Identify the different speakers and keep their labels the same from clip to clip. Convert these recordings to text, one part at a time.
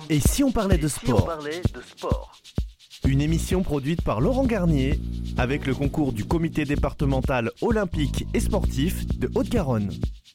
Speaker 1: Et si on parlait de sport ? Une émission produite par Laurent Garnier avec le concours du comité départemental olympique et sportif de Haute-Garonne.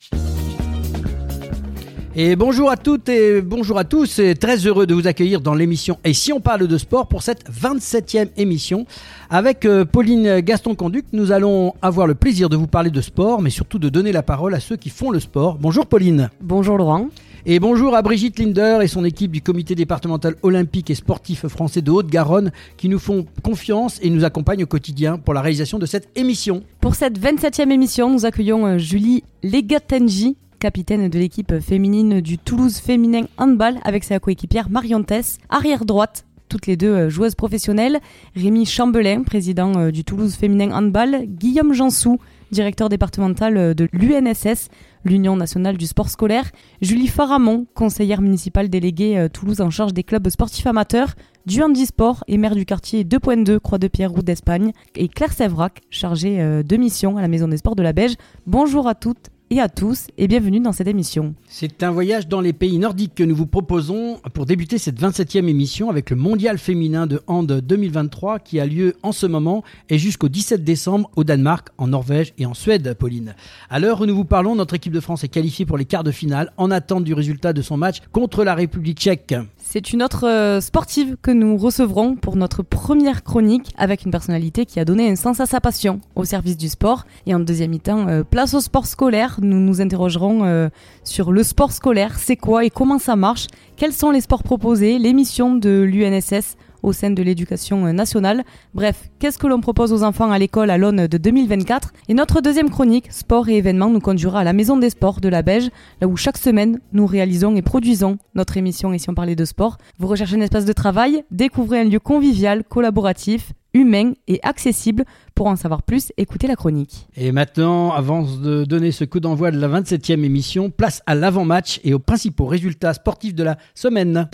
Speaker 2: Et bonjour à toutes et bonjour à tous, et très heureux de vous accueillir dans l'émission Et si on parle de sport pour cette 27e émission. Avec Pauline Gaston-Conduc, nous allons avoir le plaisir de vous parler de sport, mais surtout de donner la parole à ceux qui font le sport. Bonjour Pauline.
Speaker 3: Bonjour Laurent.
Speaker 2: Et bonjour à Brigitte Linder et son équipe du comité départemental olympique et sportif français de Haute-Garonne qui nous font confiance et nous accompagnent au quotidien pour la réalisation de cette émission.
Speaker 3: Pour cette 27e émission, nous accueillons Julie Legatenji, capitaine de l'équipe féminine du Toulouse Féminin Handball avec sa coéquipière Marion Tess, arrière droite, toutes les deux joueuses professionnelles, Rémi Chambelin, président du Toulouse Féminin Handball, Guillaume Jansou, directeur départemental de l'UNSS, l'Union nationale du sport scolaire, Julie Faramond, conseillère municipale déléguée Toulouse en charge des clubs sportifs amateurs, du handisport et maire du quartier 2.2 Croix-de-Pierre Route d'Espagne, et Claire Sévrac, chargée de mission à la Maison des Sports de la Beige. Bonjour à toutes et à tous et bienvenue dans cette émission.
Speaker 2: C'est un voyage dans les pays nordiques que nous vous proposons pour débuter cette 27e émission avec le mondial féminin de hand 2023 qui a lieu en ce moment et jusqu'au 17 décembre au Danemark, en Norvège et en Suède, Pauline. À l'heure où nous vous parlons, notre équipe de France est qualifiée pour les quarts de finale en attente du résultat de son match contre la République tchèque.
Speaker 3: C'est une autre sportive que nous recevrons pour notre première chronique avec une personnalité qui a donné un sens à sa passion au service du sport. Et en deuxième mi-temps, place au sport scolaire. Nous nous interrogerons sur le sport scolaire, c'est quoi et comment ça marche, quels sont les sports proposés, les missions de l'UNSS au sein de l'éducation nationale. Bref, qu'est-ce que l'on propose aux enfants à l'école à l'aune de 2024 ? Et notre deuxième chronique, sport et événements, nous conduira à la Maison des Sports de la Beige, là où chaque semaine, nous réalisons et produisons notre émission Et si on parlait de sport. Vous recherchez un espace de travail ? Découvrez un lieu convivial, collaboratif, humain et accessible. Pour en savoir plus, écoutez la chronique.
Speaker 2: Et maintenant, avant de donner ce coup d'envoi de la 27e émission, place à l'avant-match et aux principaux résultats sportifs de la semaine.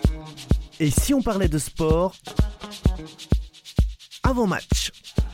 Speaker 1: Et si on parlait de sport avant match ?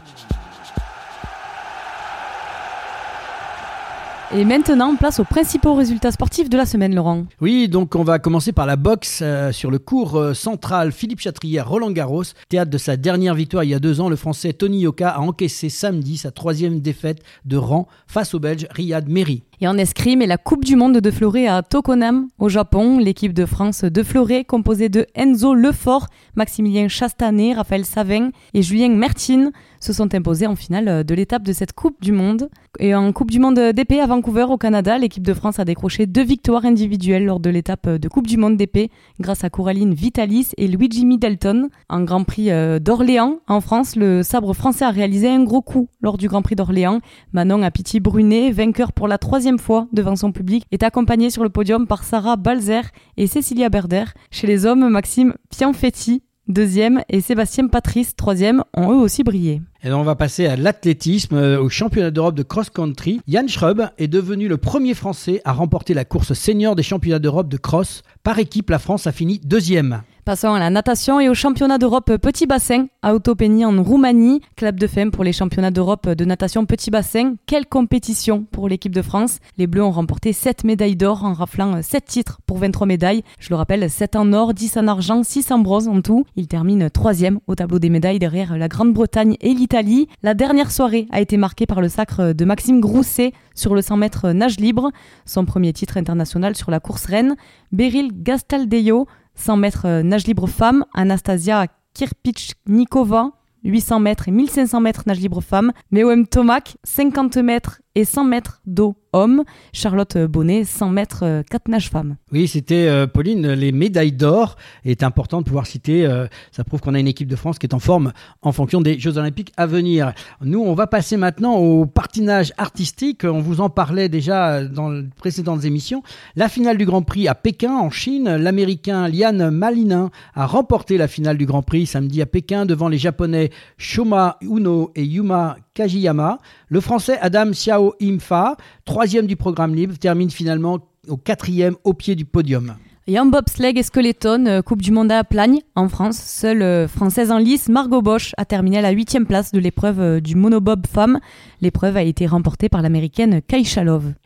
Speaker 3: Et maintenant, place aux principaux résultats sportifs de la semaine, Laurent.
Speaker 2: Oui, donc on va commencer par la boxe sur le court central Philippe Chatrier à Roland-Garros. Théâtre de sa dernière victoire il y a 2 ans, le Français Tony Yoka a encaissé samedi sa 3e défaite de rang face au Belge Riyad Mehri.
Speaker 3: Et en escrime, et la Coupe du Monde de fleuret à Tokonam, au Japon. L'équipe de France de fleuret, composée de Enzo Lefort, Maximilien Chastanet, Raphaël Savin et Julien Mertine, se sont imposés en finale de l'étape de cette Coupe du Monde. Et en Coupe du Monde d'épée à Vancouver, au Canada, l'équipe de France a décroché 2 victoires individuelles lors de l'étape de Coupe du Monde d'épée grâce à Coraline Vitalis et Luigi Middleton. En Grand Prix d'Orléans, en France, le sabre français a réalisé un gros coup lors du Grand Prix d'Orléans. Manon Apiti-Brunet, vainqueur pour la 3e fois devant son public, est accompagnée sur le podium par Sarah Balzer et Cécilia Berder. Chez les hommes, Maxime Pianfetti, 2e, et Sébastien Patrice, 3e, ont eux aussi brillé.
Speaker 2: Et on va passer à l'athlétisme, au championnat d'Europe de cross-country. Yann Schrub est devenu le premier Français à remporter la course senior des championnats d'Europe de cross. Par équipe, la France a fini 2e.
Speaker 3: Passons à la natation et au championnat d'Europe petit bassin à Otopeni en Roumanie. Clap de fin pour les championnats d'Europe de natation petit bassin. Quelle compétition pour l'équipe de France. Les Bleus ont remporté 7 médailles d'or en raflant 7 titres pour 23 médailles. Je le rappelle, 7 en or, 10 en argent, 6 en bronze en tout. Ils terminent 3e au tableau des médailles derrière la Grande-Bretagne et l'Italie. La dernière soirée a été marquée par le sacre de Maxime Grousset sur le 100 mètres nage libre. Son premier titre international sur la course reine. Beryl Gastaldeyo, 100 mètres nage libre femme, Anastasia Kirpichnikova, 800 mètres et 1500 mètres nage libre femme, Meouem Tomac, 50 mètres et 100 mètres d'eau homme, Charlotte Bonnet, 100 mètres 4 nages femmes.
Speaker 2: Oui, c'était Pauline, les médailles d'or. Il est important de pouvoir citer, ça prouve qu'on a une équipe de France qui est en forme en fonction des Jeux Olympiques à venir. Nous, on va passer maintenant au patinage artistique. On vous en parlait déjà dans les précédentes émissions. La finale du Grand Prix à Pékin, en Chine. L'Américain Lian Malinin a remporté la finale du Grand Prix samedi à Pékin devant les Japonais Shoma Uno et Yuma Kajiyama. Le Français Adam Xiao Imfa, 3e du programme libre, termine finalement au 4e au pied du podium.
Speaker 3: Et en bobsleigh et skeleton, Coupe du Monde à Plagne, en France, seule Française en lice, Margot Bosch, a terminé à la 8e place de l'épreuve du monobob femme. L'épreuve a été remportée par l'Américaine Keisha Love.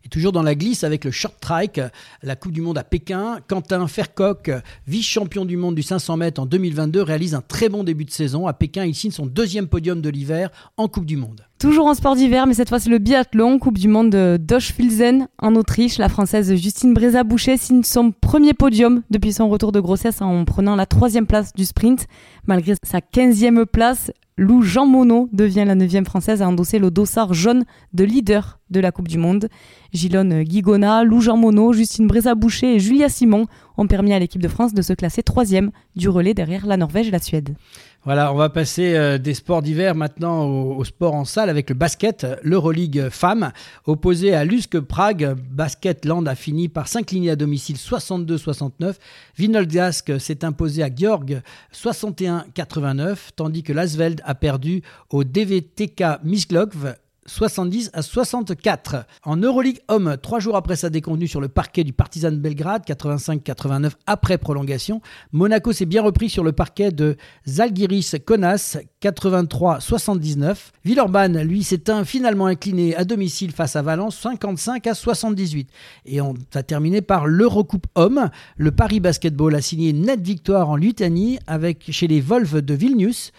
Speaker 2: Et toujours dans la glisse avec le short track, la Coupe du Monde à Pékin, Quentin Fercoq, vice-champion du monde du 500 mètres en 2022, réalise un très bon début de saison. À Pékin, il signe son 2e podium de l'hiver en Coupe du Monde.
Speaker 3: Toujours en sport d'hiver, mais cette fois c'est le biathlon, Coupe du Monde de Doschwilzen en Autriche. La Française Justine Brézat-Boucher signe son premier podium depuis son retour de grossesse en prenant la 3e place du sprint. Malgré sa 15e place, Lou Jean Monod devient la 9e Française à endosser le dossard jaune de leader de la Coupe du Monde. Gilonne Guigona, Lou Jean Monod, Justine Brézat-Boucher et Julia Simon ont permis à l'équipe de France de se classer 3e du relais derrière la Norvège et la Suède.
Speaker 2: Voilà, on va passer des sports d'hiver maintenant au sport en salle avec le basket, l'Euroleague femmes. Opposé à Lusk Prague, Basketland a fini par s'incliner à domicile 62-69. Vinolgask s'est imposé à Georg 61-89, tandis que l'Asveld a perdu au DVTK Miskolc 70-64. En Euroleague Homme, 3 jours après sa déconvenue sur le parquet du Partizan Belgrade, 85-89 après prolongation, Monaco s'est bien repris sur le parquet de Žalgiris Kaunas, 83-79. Villeurbanne, lui, s'est finalement incliné à domicile face à Valence, 55-78. Et on a terminé par l'Eurocoupe Homme. Le Paris Basketball a signé une nette victoire en Lituanie chez les Wolves de Vilnius,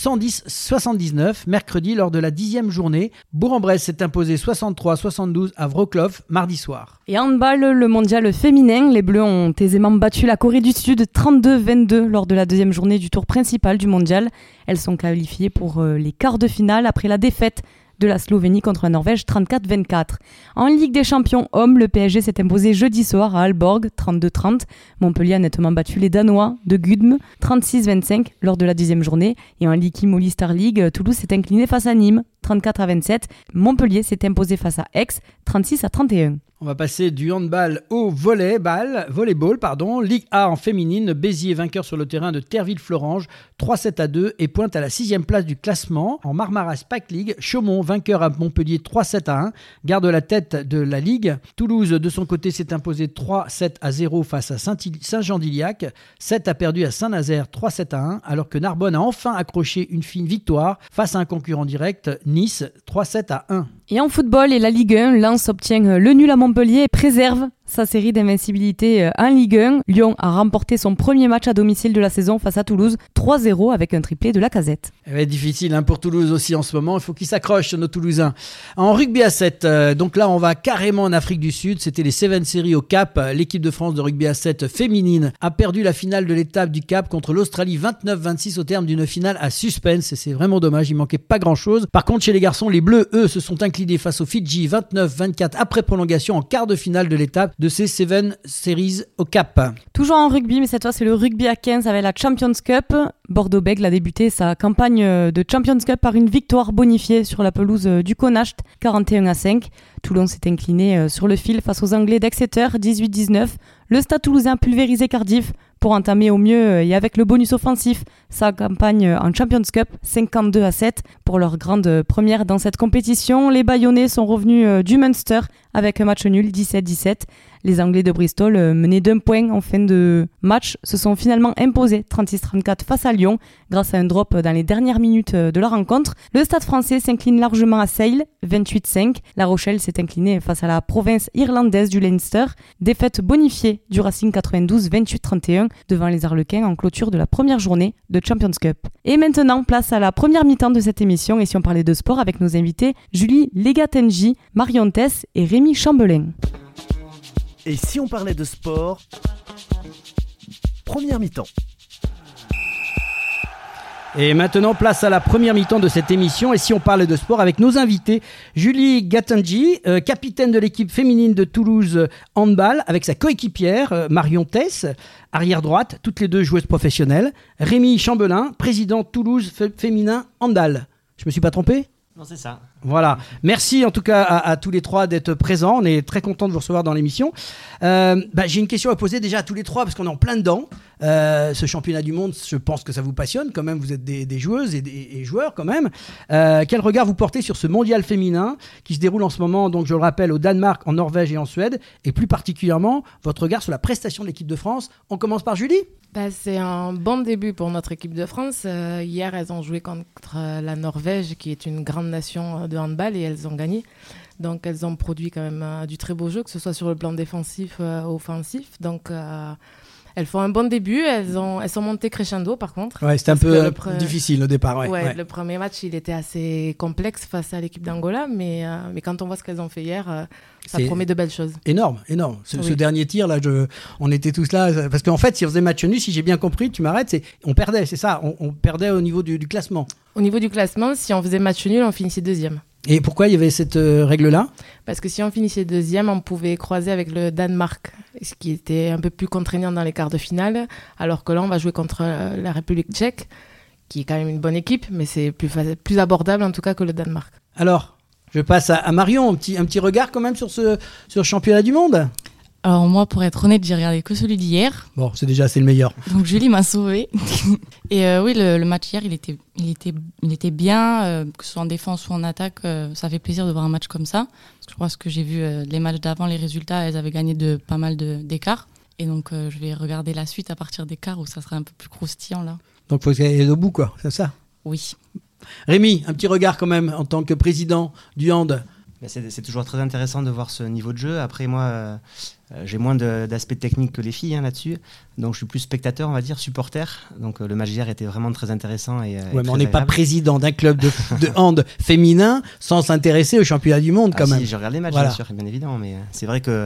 Speaker 2: 110-79, mercredi lors de la 10e journée. Bourg-en-Bresse s'est imposé 63-72 à Wrocław mardi soir.
Speaker 3: Et handball, le mondial féminin, les Bleus ont aisément battu la Corée du Sud 32-22 lors de la 2e journée du tour principal du mondial. Elles sont qualifiées pour les quarts de finale après la défaite de la Slovénie contre la Norvège 34-24. En Ligue des champions hommes, le PSG s'est imposé jeudi soir à Aalborg 32-30. Montpellier a nettement battu les Danois de Gudme 36-25 lors de la 10e journée. Et en Ligue Moly Star League, Toulouse s'est incliné face à Nîmes 34-27. Montpellier s'est imposé face à Aix 36-31.
Speaker 2: On va passer du handball au volleyball. Ligue A en féminine, Béziers vainqueur sur le terrain de Terville-Florange, 3-7-2 et pointe à la 6e place du classement. En Marmara Spike League, Chaumont vainqueur à Montpellier 3-7-1, garde la tête de la Ligue. Toulouse de son côté s'est imposé 3-7-0 face à Saint-Jean-d'Iliac. 7 a perdu à Saint-Nazaire 3-7-1, alors que Narbonne a enfin accroché une fine victoire face à un concurrent direct, Nice 3-7-1.
Speaker 3: Et en football et la Ligue 1, Lens obtient le nul à Montpellier et préserve sa série d'invincibilité en Ligue 1. Lyon a remporté son premier match à domicile de la saison face à Toulouse, 3-0 avec un triplé de Lacazette.
Speaker 2: Difficile pour Toulouse aussi en ce moment, il faut qu'ils s'accrochent nos Toulousains. En rugby à 7, donc là on va carrément en Afrique du Sud, c'était les Seven Series au Cap. L'équipe de France de rugby à 7 féminine a perdu la finale de l'étape du Cap contre l'Australie 29-26 au terme d'une finale à suspense et c'est vraiment dommage, il manquait pas grand chose. Par contre chez les garçons, les Bleus eux se sont inclinés face aux Fidji 29-24 après prolongation en quart de finale de l'étape de ces Seven Series au Cap.
Speaker 3: Toujours en rugby, mais cette fois c'est le rugby à 15 avec la Champions Cup. Bordeaux-Bègles a débuté sa campagne de Champions Cup par une victoire bonifiée sur la pelouse du Connacht, 41-5. Toulon s'est incliné sur le fil face aux Anglais d'Exeter, 18-19. Le Stade Toulousain pulvérisé Cardiff pour entamer au mieux et avec le bonus offensif sa campagne en Champions Cup, 52-7 pour leur grande première dans cette compétition. Les Bayonnais sont revenus du Munster avec un match nul, 17-17. Les Anglais de Bristol, menés d'un point en fin de match, se sont finalement imposés 36-34 face à Lyon grâce à un drop dans les dernières minutes de la rencontre. Le Stade français s'incline largement à Sale, 28-5. La Rochelle s'est inclinée face à la province irlandaise du Leinster. Défaite bonifiée du Racing 92, 28-31 devant les Arlequins en clôture de la première journée de Champions Cup. Et maintenant, place à la première mi-temps de cette émission et si on parlait de sport avec nos invités Julie Legatenji, Marion Tess et Rémi Chambelin.
Speaker 1: Et si on parlait de sport, première mi-temps.
Speaker 2: Et maintenant, place à la première mi-temps de cette émission. Et si on parlait de sport avec nos invités, Julie Gatenji, capitaine de l'équipe féminine de Toulouse handball, avec sa coéquipière Marion Tess, arrière droite, toutes les deux joueuses professionnelles. Rémi Chambelin, président Toulouse féminin handball. Je me suis pas trompé ?
Speaker 4: Non, c'est ça.
Speaker 2: Voilà. Merci en tout cas à tous les trois d'être présents. On est très content de vous recevoir dans l'émission. J'ai une question à poser déjà à tous les trois parce qu'on est en plein dedans. Ce championnat du monde, je pense que ça vous passionne quand même. Vous êtes des joueuses et joueurs quand même. Quel regard vous portez sur ce mondial féminin qui se déroule en ce moment, donc je le rappelle, au Danemark, en Norvège et en Suède, et plus particulièrement votre regard sur la prestation de l'équipe de France? On commence par Julie.
Speaker 4: C'est un bon début pour notre équipe de France. Hier, elles ont joué contre la Norvège, qui est une grande nation de handball, et elles ont gagné. Donc, elles ont produit quand même du très beau jeu, que ce soit sur le plan défensif ou offensif. Donc, elles font un bon début. Elles sont montées crescendo, par contre.
Speaker 2: Ouais, c'était un peu difficile au départ. Ouais.
Speaker 4: Le premier match, il était assez complexe face à l'équipe d'Angola. Mais quand on voit ce qu'elles ont fait hier, ça promet de belles choses. Énorme.
Speaker 2: Ce dernier tir, là, on était tous là. Parce qu'en fait, si on faisait match nul, si j'ai bien compris, tu m'arrêtes, on perdait, c'est ça. On perdait au niveau du classement.
Speaker 4: Au niveau du classement, si on faisait match nul, on finissait deuxième.
Speaker 2: Et pourquoi il y avait cette règle-là?
Speaker 4: Parce que si on finissait deuxième, on pouvait croiser avec le Danemark, ce qui était un peu plus contraignant dans les quarts de finale, alors que là, on va jouer contre la République tchèque, qui est quand même une bonne équipe, mais c'est plus abordable en tout cas que le Danemark.
Speaker 2: Alors, je passe à Marion, un petit regard quand même sur ce championnat du monde.
Speaker 5: Alors moi, pour être honnête, j'ai regardé que celui d'hier.
Speaker 2: Bon, c'est le meilleur.
Speaker 5: Donc Julie m'a sauvée. Et oui, le match hier, il était bien, que ce soit en défense ou en attaque. Ça fait plaisir de voir un match comme ça. Parce que je crois que j'ai vu les matchs d'avant, les résultats, elles avaient gagné de pas mal d'écarts. Et donc je vais regarder la suite à partir d'écarts où ça sera un peu plus croustillant là.
Speaker 2: Donc il faut aller au bout, quoi, c'est ça?
Speaker 5: Oui.
Speaker 2: Rémi, un petit regard quand même en tant que président du hand.
Speaker 6: C'est toujours très intéressant de voir ce niveau de jeu. Après, moi, j'ai moins d'aspects techniques que les filles là-dessus. Donc, je suis plus spectateur, on va dire, supporter. Donc, le match d'hier était vraiment très intéressant. Mais
Speaker 2: on n'est pas président d'un club de hand féminin sans s'intéresser au championnat du monde, quand même.
Speaker 6: Si, je regarde les matchs, bien sûr, bien évidemment. Mais c'est vrai que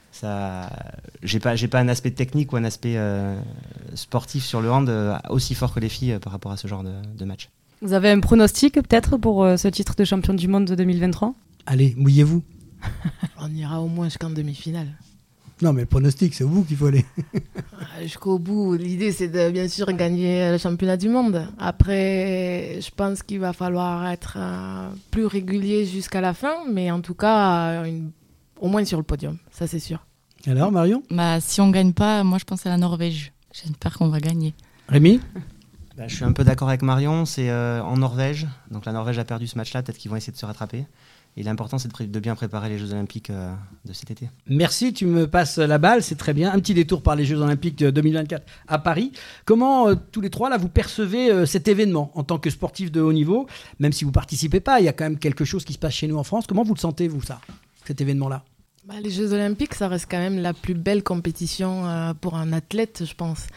Speaker 6: j'ai pas un aspect technique ou un aspect sportif sur le hand aussi fort que les filles par rapport à ce genre de match.
Speaker 3: Vous avez un pronostic, peut-être, pour ce titre de champion du monde de 2023 ?
Speaker 2: Allez, mouillez-vous.
Speaker 4: On ira au moins jusqu'en demi-finale.
Speaker 2: Non, mais le pronostic, c'est au bout qu'il faut aller.
Speaker 4: Jusqu'au bout. L'idée, c'est de bien sûr gagner le championnat du monde. Après, je pense qu'il va falloir être plus régulier jusqu'à la fin, mais en tout cas, au moins sur le podium, ça c'est sûr.
Speaker 2: Alors, Marion ?
Speaker 5: Si on ne gagne pas, moi je pense à la Norvège. J'espère qu'on va gagner.
Speaker 2: Rémi ?
Speaker 6: Je suis un peu d'accord avec Marion, c'est en Norvège. Donc la Norvège a perdu ce match-là, peut-être qu'ils vont essayer de se rattraper. Et l'important, c'est de bien préparer les Jeux Olympiques de cet été.
Speaker 2: Merci, tu me passes la balle, c'est très bien. Un petit détour par les Jeux Olympiques 2024 à Paris. Comment, tous les trois, là, vous percevez cet événement en tant que sportif de haut niveau? Même si vous ne participez pas, il y a quand même quelque chose qui se passe chez nous en France. Comment vous le sentez, vous, ça, cet événement-là?
Speaker 4: Les Jeux Olympiques, ça reste quand même la plus belle compétition pour un athlète, je pense.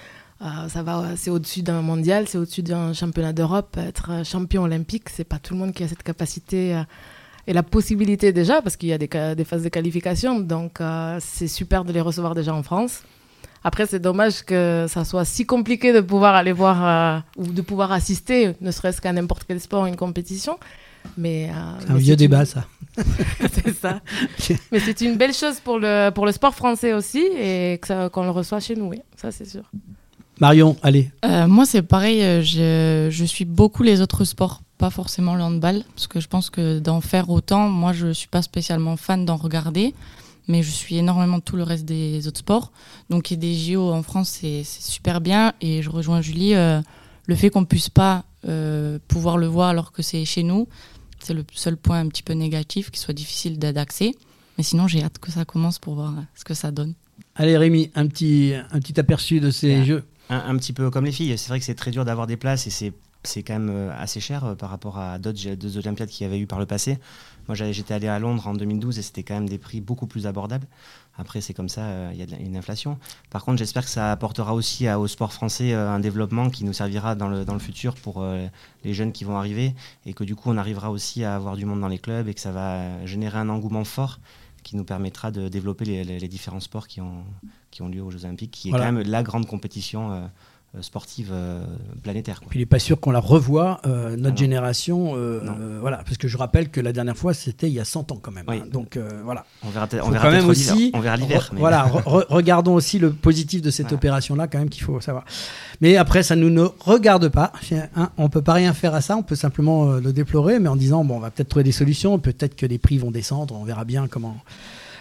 Speaker 4: C'est au-dessus d'un mondial, c'est au-dessus d'un championnat d'Europe. Être champion olympique, c'est pas tout le monde qui a cette capacité et la possibilité déjà, parce qu'il y a des phases de qualification. Donc c'est super de les recevoir déjà en France. Après, c'est dommage que ça soit si compliqué de pouvoir aller voir ou de pouvoir assister, ne serait-ce qu'à n'importe quel sport, une compétition.
Speaker 2: C'est un vieux débat, ça.
Speaker 4: C'est ça. Mais c'est une belle chose pour le sport français aussi, et qu'on le reçoit chez nous, oui. Ça, c'est sûr.
Speaker 2: Marion, allez.
Speaker 5: Moi, c'est pareil. Je suis beaucoup les autres sports, pas forcément le handball, parce que je pense que d'en faire autant, moi, je ne suis pas spécialement fan d'en regarder, mais je suis énormément tout le reste des autres sports. Donc, il y a des JO en France, c'est super bien, et je rejoins Julie. Le fait qu'on ne puisse pas pouvoir le voir alors que c'est chez nous, c'est le seul point un petit peu négatif, qu'il soit difficile d'accès. Mais sinon, j'ai hâte que ça commence pour voir ce que ça donne.
Speaker 2: Allez, Rémi, un petit aperçu de ces Jeux.
Speaker 6: Un petit peu comme les filles. C'est vrai que c'est très dur d'avoir des places et c'est quand même assez cher par rapport à d'autres Olympiades qu'il y avait eu par le passé. Moi, j'étais allé à Londres en 2012 et c'était quand même des prix beaucoup plus abordables. Après, c'est comme ça, il y a une inflation. Par contre, j'espère que ça apportera aussi au sport français un développement qui nous servira dans le futur pour les jeunes qui vont arriver et que du coup, on arrivera aussi à avoir du monde dans les clubs et que ça va générer un engouement fort qui nous permettra de développer les différents sports qui ont lieu aux Jeux Olympiques, qui est quand même la grande compétition sportive planétaire, quoi.
Speaker 2: Puis il n'est pas sûr qu'on la revoie, notre génération. Voilà, parce que je rappelle que la dernière fois, c'était il y a 100 ans quand même.
Speaker 6: Oui.
Speaker 2: Hein, donc voilà.
Speaker 6: On verra quand même aussi. On verra l'hiver.
Speaker 2: Voilà, regardons aussi le positif de cette opération-là, quand même, qu'il faut savoir. Mais après, ça ne nous regarde pas. Hein, on ne peut pas rien faire à ça. On peut simplement le déplorer, mais en disant, on va peut-être trouver des solutions. Peut-être que les prix vont descendre. On verra bien comment.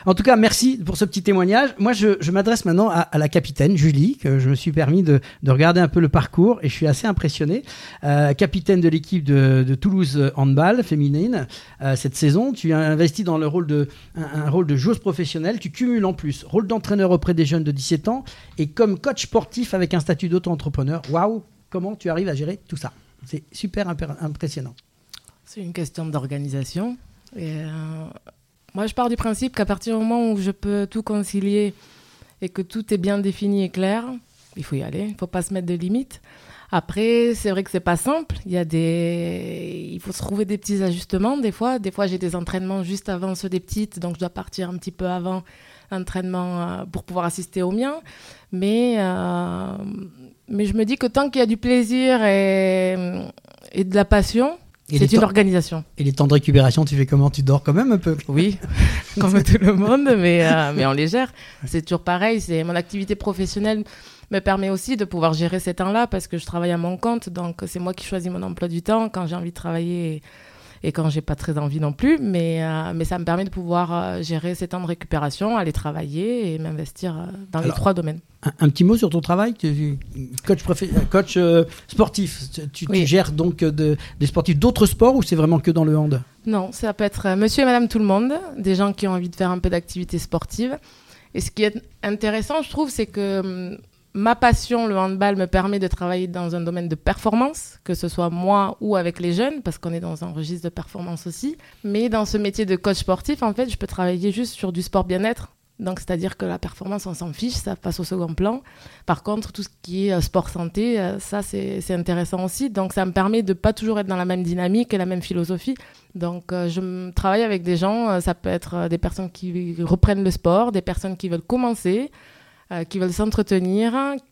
Speaker 2: En tout cas, merci pour ce petit témoignage. Moi, je m'adresse maintenant à la capitaine, Julie, que je me suis permis de regarder un peu le parcours et je suis assez impressionné. Capitaine de l'équipe de Toulouse Handball féminine, cette saison, tu as investi dans un rôle de joueuse professionnelle. Tu cumules en plus rôle d'entraîneur auprès des jeunes de 17 ans et comme coach sportif avec un statut d'auto-entrepreneur. Waouh, comment tu arrives à gérer tout ça? C'est super impressionnant.
Speaker 4: C'est une question d'organisation. Et moi, je pars du principe qu'à partir du moment où je peux tout concilier et que tout est bien défini et clair, il faut y aller. Il ne faut pas se mettre de limites. Après, c'est vrai que c'est pas simple. Il faut se trouver des petits ajustements. Des fois, j'ai des entraînements juste avant ceux des petites, donc je dois partir un petit peu avant l'entraînement pour pouvoir assister aux miens. Mais je me dis que tant qu'il y a du plaisir et de la passion, c'est une organisation.
Speaker 2: Et les temps de récupération, tu fais comment? Tu dors quand même un peu?
Speaker 4: Oui, comme tout le monde, mais on les gère. C'est toujours pareil. Mon activité professionnelle me permet aussi de pouvoir gérer ces temps-là parce que je travaille à mon compte. Donc, c'est moi qui choisis mon emploi du temps quand j'ai envie de travailler et quand j'ai pas très envie non plus. Mais ça me permet de pouvoir gérer ces temps de récupération, aller travailler et m'investir dans les 3 domaines.
Speaker 2: Un petit mot sur ton travail, coach sportif. Tu gères donc des sportifs d'autres sports ou c'est vraiment que dans le hand?
Speaker 4: Non, ça peut être monsieur et madame tout le monde, des gens qui ont envie de faire un peu d'activité sportive. Et ce qui est intéressant, je trouve, c'est que ma passion, le handball, me permet de travailler dans un domaine de performance, que ce soit moi ou avec les jeunes, parce qu'on est dans un registre de performance aussi. Mais dans ce métier de coach sportif, en fait, je peux travailler juste sur du sport bien-être. Donc, c'est-à-dire que la performance, on s'en fiche, ça passe au second plan. Par contre, tout ce qui est sport santé, ça, c'est intéressant aussi. Donc, ça me permet de ne pas toujours être dans la même dynamique et la même philosophie. Donc, je travaille avec des gens, ça peut être des personnes qui reprennent le sport, des personnes qui veulent commencer, qui veulent s'entretenir,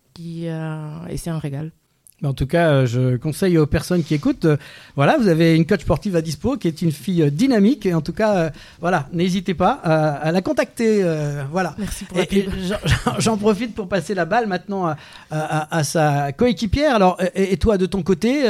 Speaker 4: et c'est un régal.
Speaker 2: En tout cas, je conseille aux personnes qui écoutent, voilà, vous avez une coach sportive à dispo qui est une fille dynamique et en tout cas, voilà, n'hésitez pas à la contacter, voilà.
Speaker 4: Merci pour la pub.
Speaker 2: J'en profite pour passer la balle maintenant à sa coéquipière. Alors, et toi de ton côté,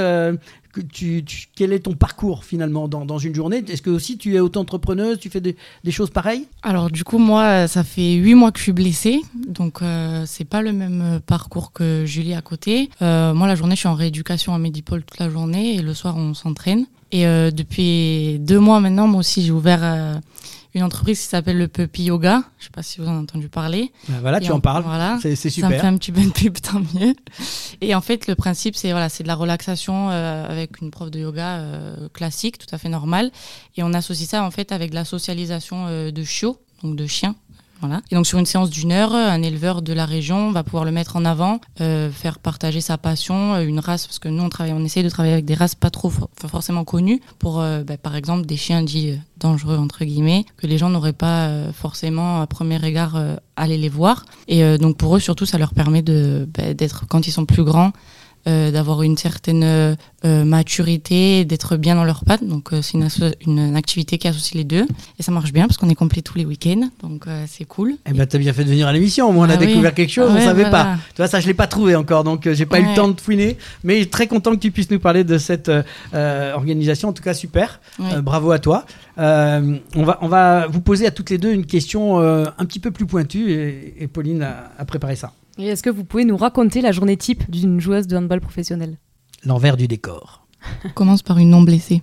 Speaker 2: quel est ton parcours finalement dans une journée? Est-ce que aussi tu es auto-entrepreneuse, tu fais des choses pareilles?
Speaker 5: Alors du coup, moi, ça fait 8 mois que je suis blessée, donc c'est pas le même parcours que Julie à côté. Moi, la journée, je suis en rééducation à Medipol toute la journée et le soir, on s'entraîne. Et depuis 2 mois maintenant, moi aussi, j'ai ouvert une entreprise qui s'appelle le Puppy Yoga. Je sais pas si vous en avez entendu parler.
Speaker 2: Voilà, tu en parles. Voilà, c'est super.
Speaker 5: Ça me fait un petit peu de pub, tant mieux. Et en fait, le principe, c'est de la relaxation avec une prof de yoga classique, tout à fait normale. Et on associe ça en fait avec de la socialisation de chiots, donc de chiens. Voilà. Et donc sur une séance d'1 heure, un éleveur de la région va pouvoir le mettre en avant, faire partager sa passion, une race, parce que nous on essaye de travailler avec des races pas trop forcément connues, pour par exemple des chiens dits dangereux entre guillemets, que les gens n'auraient pas forcément à premier regard aller les voir. Et donc pour eux surtout ça leur permet d'être, quand ils sont plus grands, d'avoir une certaine maturité, d'être bien dans leurs pattes. Donc c'est une activité qui associe les deux. Et ça marche bien parce qu'on est complet tous les week-ends. Donc c'est cool.
Speaker 2: Eh ben, t'as bien fait de venir à l'émission. Moi, on a découvert quelque chose, on savait pas. Tu vois, ça, je l'ai pas trouvé encore. Donc j'ai pas eu le temps de fouiner. Mais très content que tu puisses nous parler de cette organisation. En tout cas, super. Bravo à toi. On va vous poser à toutes les deux une question un petit peu plus pointue. Et Pauline a préparé ça.
Speaker 3: Et est-ce que vous pouvez nous raconter la journée type d'une joueuse de handball professionnelle?
Speaker 2: L'envers du décor.
Speaker 5: On commence par une non blessée.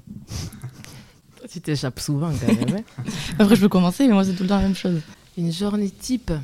Speaker 4: Tu t'échappes souvent quand même.
Speaker 5: Après, je peux commencer, mais moi, c'est tout le temps la même chose.
Speaker 4: Une journée type,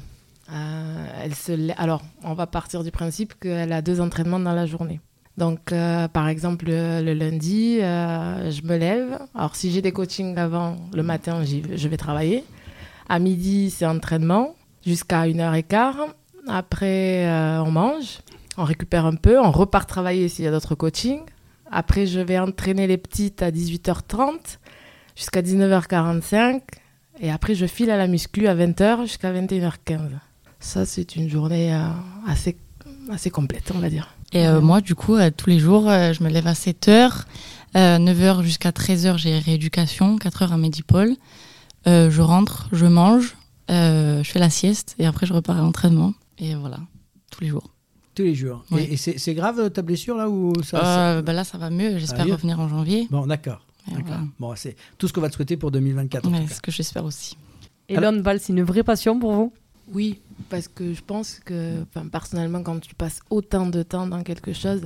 Speaker 4: alors, on va partir du principe qu'elle a 2 entraînements dans la journée. Donc, par exemple, le lundi, je me lève. Alors, si j'ai des coachings avant, le matin, je vais travailler. À midi, c'est entraînement jusqu'à 1h15. Après, on mange, on récupère un peu, on repart travailler s'il y a d'autres coachings. Après, je vais entraîner les petites à 18h30 jusqu'à 19h45. Et après, je file à la muscu à 20h jusqu'à 21h15. Ça, c'est une journée assez complète, on va dire.
Speaker 5: Et moi, du coup, tous les jours, je me lève à 7h. 9h jusqu'à 13h, j'ai rééducation. 4h à Medipol. Je rentre, je mange, je fais la sieste. Et après, je repars à l'entraînement. Et voilà, tous les jours.
Speaker 2: Tous les jours. Oui. Et c'est grave ta blessure là ou
Speaker 5: là, ça va mieux. J'espère revenir en janvier.
Speaker 2: Bon, d'accord.
Speaker 5: Voilà.
Speaker 2: Bon, c'est tout ce qu'on va te souhaiter pour 2024.
Speaker 5: Ouais, c'est ce que j'espère aussi.
Speaker 3: Et le handball, c'est une vraie passion pour vous ?
Speaker 4: Oui, parce que je pense que personnellement, quand tu passes autant de temps dans quelque chose,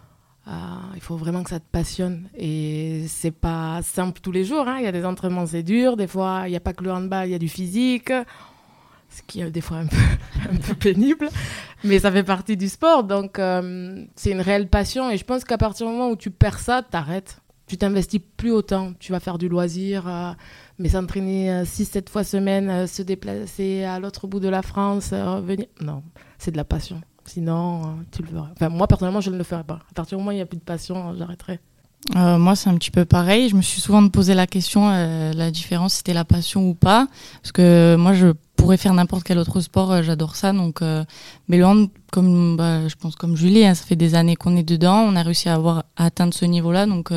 Speaker 4: il faut vraiment que ça te passionne. Et c'est pas simple tous les jours. Il y a des entraînements, c'est dur. Des fois, il n'y a pas que le handball, il y a du physique. Ce qui est des fois un peu pénible. Mais ça fait partie du sport. Donc, c'est une réelle passion. Et je pense qu'à partir du moment où tu perds ça, t'arrêtes. Tu t'investis plus autant. Tu vas faire du loisir. Mais s'entraîner 6-7 fois semaine, se déplacer à l'autre bout de la France, revenir... Non, c'est de la passion. Sinon, tu le feras. Enfin, moi, personnellement, je ne le ferai pas. À partir du moment où il n'y a plus de passion, j'arrêterai.
Speaker 5: Moi, c'est un petit peu pareil. Je me suis souvent posé la question, la différence, c'était la passion ou pas. Parce que moi, je pourrais faire n'importe quel autre sport, j'adore ça. Donc, mais le hand, je pense comme Julie, ça fait des années qu'on est dedans. On a réussi à atteindre ce niveau-là. Donc,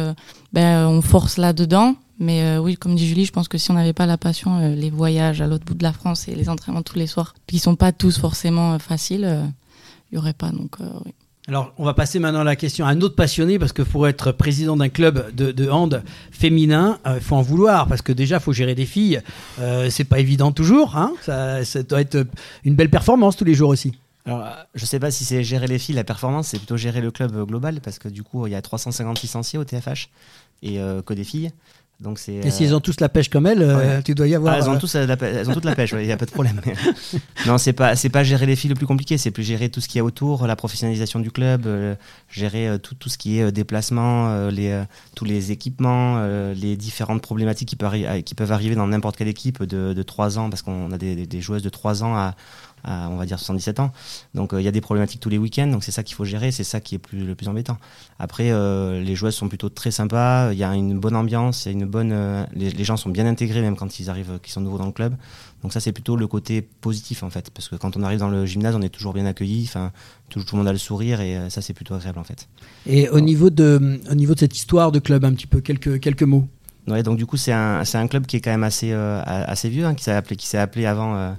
Speaker 5: on force là-dedans. Mais oui, comme dit Julie, je pense que si on n'avait pas la passion, les voyages à l'autre bout de la France et les entraînements tous les soirs, qui sont pas tous forcément faciles, il y aurait pas. Donc, oui.
Speaker 2: Alors, on va passer maintenant à la question à un autre passionné, parce que pour être président d'un club de hand féminin, il faut en vouloir, parce que déjà, il faut gérer des filles. C'est pas évident toujours. Ça doit être une belle performance tous les jours aussi.
Speaker 6: Alors, je sais pas si c'est gérer les filles, la performance, c'est plutôt gérer le club global, parce que du coup, il y a 350 licenciés au TFH et que des filles. Donc et
Speaker 2: s'ils ont tous la pêche comme elles, tu dois y avoir...
Speaker 6: elles ont toute la pêche, il n'y a pas de problème. Non, c'est pas gérer les filles le plus compliqué, c'est plus gérer tout ce qu'il y a autour, la professionnalisation du club, gérer tout ce qui est déplacement, tous les équipements, les différentes problématiques qui peuvent arriver dans n'importe quelle équipe de 3 ans, parce qu'on a des joueuses de 3 ans à on va dire 77 ans. Donc il y a des problématiques tous les week-ends, donc c'est ça qu'il faut gérer, c'est ça qui est le plus embêtant. Après, les joueuses sont plutôt très sympas, il y a une bonne ambiance, il y a une bonne, les gens sont bien intégrés même quand ils arrivent, qu'ils sont nouveaux dans le club. Donc ça, c'est plutôt le côté positif en fait, parce que quand on arrive dans le gymnase, on est toujours bien accueilli, tout le monde a le sourire, et ça, c'est plutôt agréable en fait.
Speaker 2: Et au niveau de cette histoire de club, un petit peu, quelques mots.
Speaker 6: Ouais, donc du coup, c'est un club qui est quand même assez vieux, qui s'est appelé avant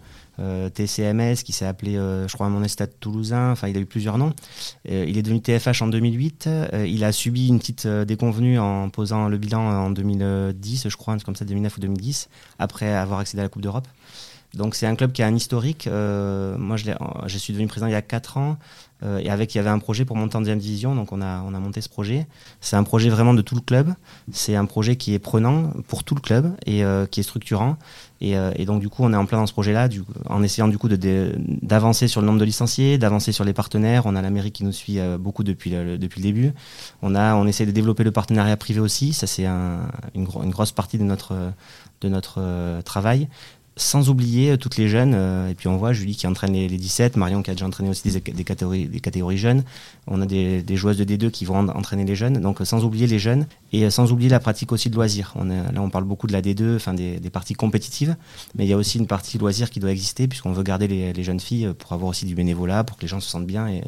Speaker 6: TCMS, qui s'est appelé, je crois, Monestade Toulousain. Enfin, il a eu plusieurs noms. Il est devenu TFH en 2008. Il a subi une petite déconvenue en posant le bilan en 2010, je crois, comme ça, 2009 ou 2010, après avoir accédé à la Coupe d'Europe. Donc, c'est un club qui a un historique. Moi, je suis devenu président il y a 4 ans. Et il y avait un projet pour monter en 2e division, donc on a monté ce projet. C'est un projet vraiment de tout le club. C'est un projet qui est prenant pour tout le club et qui est structurant. Et donc du coup, on est en plein dans ce projet-là, en essayant du coup d'avancer sur le nombre de licenciés, d'avancer sur les partenaires. On a la mairie qui nous suit beaucoup depuis le début. On essaie de développer le partenariat privé aussi. Ça, c'est une grosse partie de notre travail. Sans oublier toutes les jeunes, et puis on voit Julie qui entraîne les 17, Marion qui a déjà entraîné aussi des catégories jeunes, on a des joueuses de D2 qui vont entraîner les jeunes, donc sans oublier les jeunes, et sans oublier la pratique aussi de loisirs. Là on parle beaucoup de la D2, des parties compétitives, mais il y a aussi une partie loisirs qui doit exister, puisqu'on veut garder les jeunes filles pour avoir aussi du bénévolat, pour que les gens se sentent bien et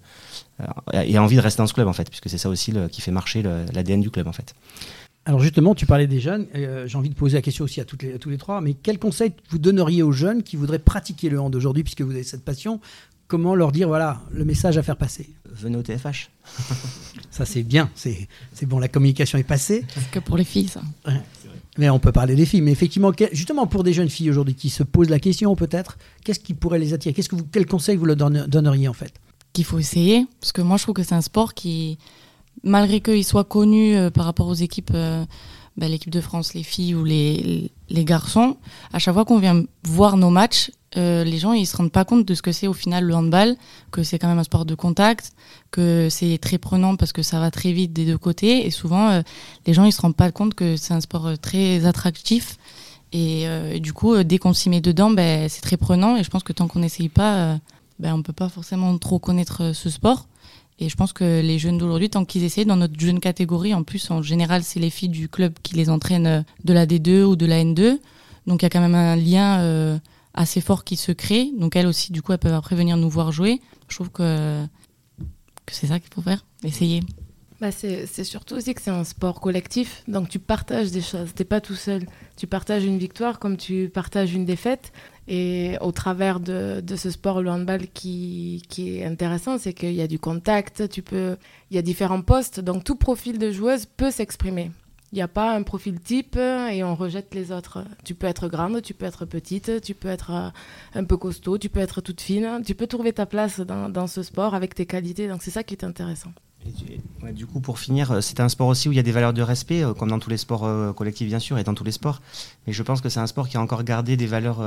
Speaker 6: aient envie de rester dans ce club en fait, puisque c'est ça aussi qui fait marcher l'ADN du club en fait.
Speaker 2: Alors justement, tu parlais des jeunes, j'ai envie de poser la question aussi à tous les trois, mais quel conseil vous donneriez aux jeunes qui voudraient pratiquer le hand aujourd'hui, puisque vous avez cette passion? Comment leur dire, voilà, le message à faire passer?
Speaker 6: Venez au TFH.
Speaker 2: Ça c'est bien, c'est bon, la communication est passée.
Speaker 5: C'est que pour les filles, ça.
Speaker 2: Ouais. Mais on peut parler des filles, mais effectivement, justement pour des jeunes filles aujourd'hui qui se posent la question peut-être, qu'est-ce qui pourrait les attirer? Quel conseil vous leur donneriez en fait?
Speaker 5: Qu'il faut essayer, parce que moi je trouve que c'est un sport qui... Malgré qu'il soit connu par rapport aux équipes, l'équipe de France, les filles ou les garçons, à chaque fois qu'on vient voir nos matchs, les gens ils se rendent pas compte de ce que c'est au final le handball, que c'est quand même un sport de contact, que c'est très prenant parce que ça va très vite des deux côtés, et souvent les gens ils se rendent pas compte que c'est un sport très attractif, et du coup dès qu'on s'y met dedans, c'est très prenant, et je pense que tant qu'on n'essaye pas, on peut pas forcément trop connaître ce sport. Et je pense que les jeunes d'aujourd'hui, tant qu'ils essaient, dans notre jeune catégorie, en plus, en général, c'est les filles du club qui les entraînent de la D2 ou de la N2. Donc, il y a quand même un lien assez fort qui se crée. Donc, elles aussi, du coup, elles peuvent après venir nous voir jouer. Je trouve que c'est ça qu'il faut faire, essayer.
Speaker 4: C'est surtout aussi que c'est un sport collectif. Donc, tu partages des choses. Tu n'es pas tout seul. Tu partages une victoire comme tu partages une défaite. Et au travers de ce sport, le handball, qui est intéressant, c'est qu'il y a du contact, il y a différents postes, donc tout profil de joueuse peut s'exprimer. Il n'y a pas un profil type et on rejette les autres. Tu peux être grande, tu peux être petite, tu peux être un peu costaud, tu peux être toute fine. Tu peux trouver ta place dans ce sport avec tes qualités. Donc c'est ça qui est intéressant.
Speaker 6: Ouais, du coup, pour finir, c'est un sport aussi où il y a des valeurs de respect, comme dans tous les sports collectifs bien sûr, et dans tous les sports. Mais je pense que c'est un sport qui a encore gardé des valeurs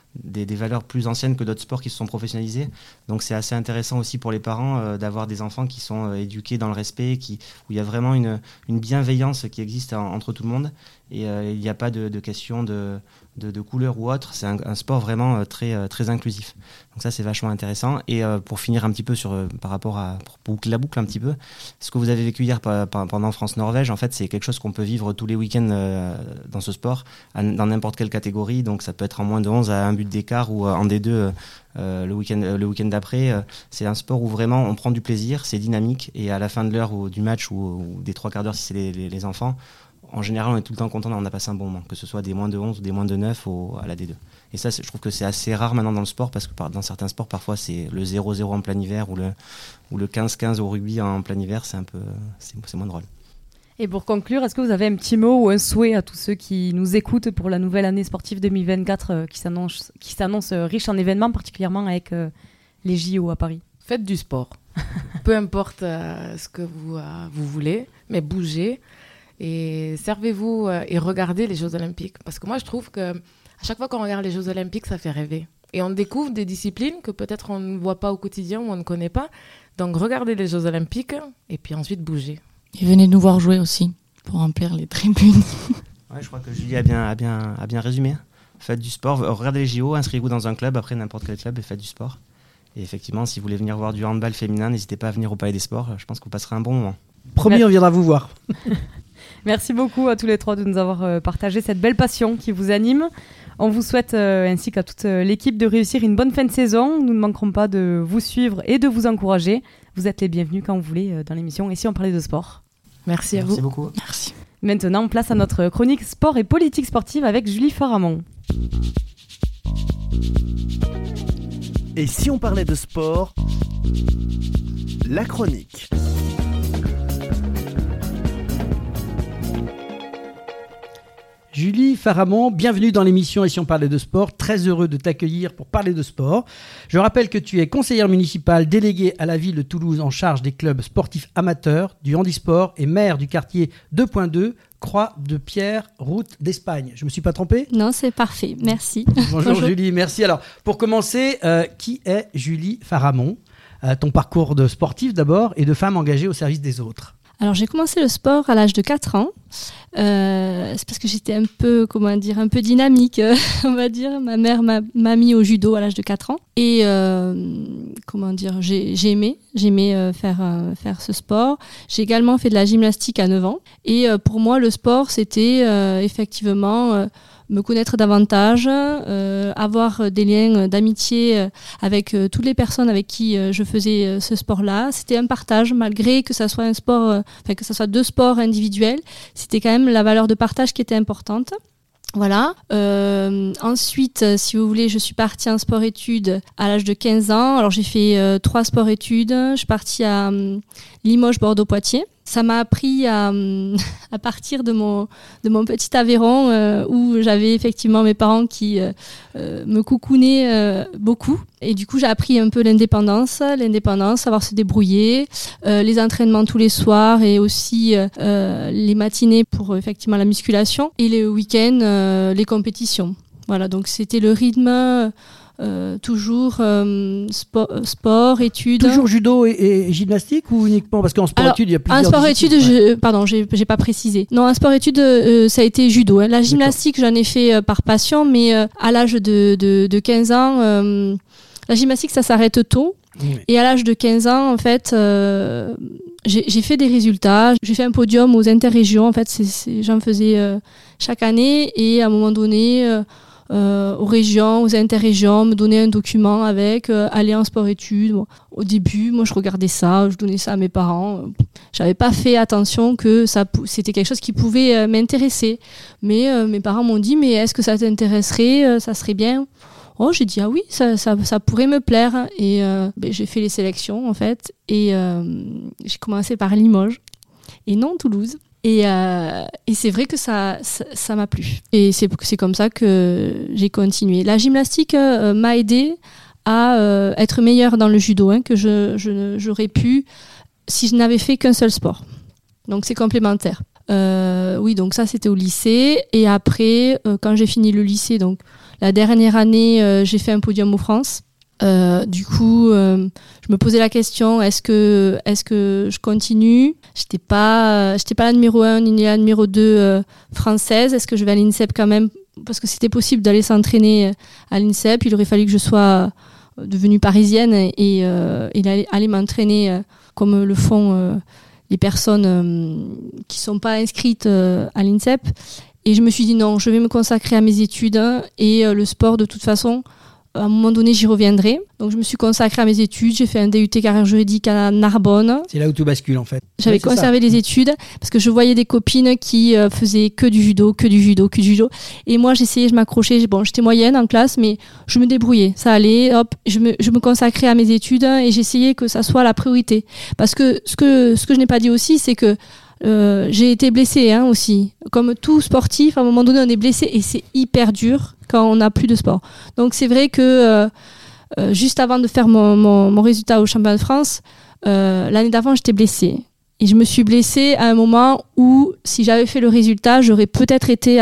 Speaker 6: plus anciennes que d'autres sports qui se sont professionnalisés. Donc c'est assez intéressant aussi pour les parents d'avoir des enfants qui sont éduqués dans le respect, où il y a vraiment une bienveillance qui existe entre tout le monde. Et il n'y a pas de question de couleur ou autre. C'est un sport vraiment très, très inclusif. Donc ça, c'est vachement intéressant. Et pour finir un petit peu par rapport pour boucler la boucle un petit peu, ce que vous avez vécu hier pendant France-Norvège, en fait, c'est quelque chose qu'on peut vivre tous les week-ends dans ce sport, dans n'importe quelle catégorie. Donc ça peut être en moins de 11 à un but d'écart ou en D2 le week-end d'après. C'est un sport où vraiment on prend du plaisir, c'est dynamique. Et à la fin de l'heure ou du match ou des 3 quarts d'heure si c'est les enfants, en général, on est tout le temps content, on a passé un bon moment, que ce soit des moins de 11 ou des moins de 9 à la D2. Et ça, je trouve que c'est assez rare maintenant dans le sport, parce que dans certains sports, parfois, c'est le 0-0 en plein hiver ou le 15-15 au rugby en plein hiver, c'est moins drôle.
Speaker 3: Et pour conclure, est-ce que vous avez un petit mot ou un souhait à tous ceux qui nous écoutent pour la nouvelle année sportive 2024 qui s'annonce riche en événements, particulièrement avec les JO à Paris?
Speaker 4: Faites du sport. Peu importe ce que vous voulez, mais bougez. Et servez-vous et regardez les Jeux Olympiques. Parce que moi, je trouve qu'à chaque fois qu'on regarde les Jeux Olympiques, ça fait rêver. Et on découvre des disciplines que peut-être on ne voit pas au quotidien ou on ne connaît pas. Donc, regardez les Jeux Olympiques et puis ensuite bougez.
Speaker 5: Et venez nous voir jouer aussi, pour remplir les tribunes.
Speaker 6: Ouais, je crois que Julie a bien résumé. Faites du sport, regardez les JO, inscrivez-vous dans un club, après n'importe quel club, et faites du sport. Et effectivement, si vous voulez venir voir du handball féminin, n'hésitez pas à venir au Palais des Sports. Je pense que vous passerez un bon moment.
Speaker 2: Promis, on viendra vous voir.
Speaker 3: Merci beaucoup à tous les trois de nous avoir partagé cette belle passion qui vous anime. On vous souhaite, ainsi qu'à toute l'équipe, de réussir une bonne fin de saison. Nous ne manquerons pas de vous suivre et de vous encourager. Vous êtes les bienvenus quand vous voulez dans l'émission. Et si on parlait de sport.
Speaker 4: Merci à vous.
Speaker 6: Merci beaucoup.
Speaker 5: Merci.
Speaker 3: Maintenant, place à notre chronique sport et politique sportive avec Julie Faramond.
Speaker 1: Et si on parlait de sport, la chronique.
Speaker 2: Julie Faramond, bienvenue dans l'émission Et si on parlait de sport. Très heureux de t'accueillir pour parler de sport. Je rappelle que tu es conseillère municipale déléguée à la ville de Toulouse en charge des clubs sportifs amateurs, du handisport et maire du quartier 2.2, Croix de Pierre, route d'Espagne. Je ne me suis pas trompé ?
Speaker 7: Non, c'est parfait. Merci.
Speaker 2: Bonjour Julie, merci. Alors, pour commencer, qui est Julie Faramond ? Ton parcours de sportif d'abord et de femme engagée au service des autres.
Speaker 7: Alors, j'ai commencé le sport à l'âge de 4 ans. C'est parce que j'étais un peu dynamique, on va dire. Ma mère m'a mis au judo à l'âge de 4 ans. Et j'aimais faire ce sport. J'ai également fait de la gymnastique à 9 ans. Et pour moi, le sport, c'était effectivement me connaître davantage, avoir des liens d'amitié avec toutes les personnes avec qui je faisais ce sport-là. C'était un partage, malgré que ça soit un sport, que ça soit 2 sports individuels. C'était quand même la valeur de partage qui était importante. Voilà. Ensuite, si vous voulez, je suis partie en sport-études à l'âge de 15 ans. Alors, j'ai fait 3 sport-études. Je suis partie à Limoges, Bordeaux, Poitiers. Ça m'a appris à partir de mon petit Aveyron où j'avais effectivement mes parents qui me coucounaient beaucoup. Et du coup, j'ai appris un peu l'indépendance, savoir se débrouiller, les entraînements tous les soirs et aussi les matinées pour effectivement la musculation et les week-ends, les compétitions. Voilà, donc c'était le rythme. Toujours sport, études.
Speaker 2: Toujours judo et gymnastique ou uniquement parce qu'en sport-études il y a plusieurs.
Speaker 7: En sport-études, j'ai pas précisé. Non, en sport-études, ça a été judo. Hein. La gymnastique, j'en ai fait par passion, mais à l'âge de 15 ans, la gymnastique, ça s'arrête tôt. Oui. Et à l'âge de 15 ans, en fait, j'ai fait des résultats. J'ai fait un podium aux interrégions. En fait, j'en faisais chaque année et à un moment donné. Aux régions, aux interrégions, me donner un document avec aller en sport-études. Bon, au début, moi, je regardais ça, je donnais ça à mes parents. J'avais pas fait attention que c'était quelque chose qui pouvait m'intéresser. Mais mes parents m'ont dit, mais est-ce que ça t'intéresserait ? Ça serait bien. Oh, j'ai dit, ah oui, ça pourrait me plaire. Et j'ai fait les sélections, en fait. Et j'ai commencé par Limoges et non Toulouse. Et c'est vrai que ça m'a plu. Et c'est comme ça que j'ai continué. La gymnastique m'a aidée à être meilleure dans le judo, que j'aurais pu si je n'avais fait qu'un seul sport. Donc c'est complémentaire. Oui, donc ça c'était au lycée. Et après, quand j'ai fini le lycée, donc la dernière année, j'ai fait un podium aux France. Du coup, je me posais la question, est-ce que je continue ? J'étais pas la numéro 1 ni la numéro 2 française. Est-ce que je vais à l'INSEP quand même ? Parce que c'était possible d'aller s'entraîner à l'INSEP. Il aurait fallu que je sois devenue parisienne et aller m'entraîner comme le font les personnes qui sont pas inscrites à l'INSEP. Et je me suis dit non, je vais me consacrer à mes études et le sport de toute façon. À un moment donné, j'y reviendrai. Donc, je me suis consacrée à mes études. J'ai fait un DUT carrière juridique à Narbonne.
Speaker 2: C'est là où tout bascule, en fait.
Speaker 7: J'avais conservé les études parce que je voyais des copines qui faisaient que du judo. Et moi, j'essayais, je m'accrochais. Bon, j'étais moyenne en classe, mais je me débrouillais. Ça allait, hop, je me consacrais à mes études et j'essayais que ça soit la priorité. Parce que ce que je n'ai pas dit aussi, c'est que j'ai été blessée aussi. Comme tout sportif, à un moment donné, on est blessé et c'est hyper dur quand on n'a plus de sport. Donc c'est vrai que juste avant de faire mon résultat au championnat de France, l'année d'avant, j'étais blessée. Et je me suis blessée à un moment où, si j'avais fait le résultat, j'aurais peut-être été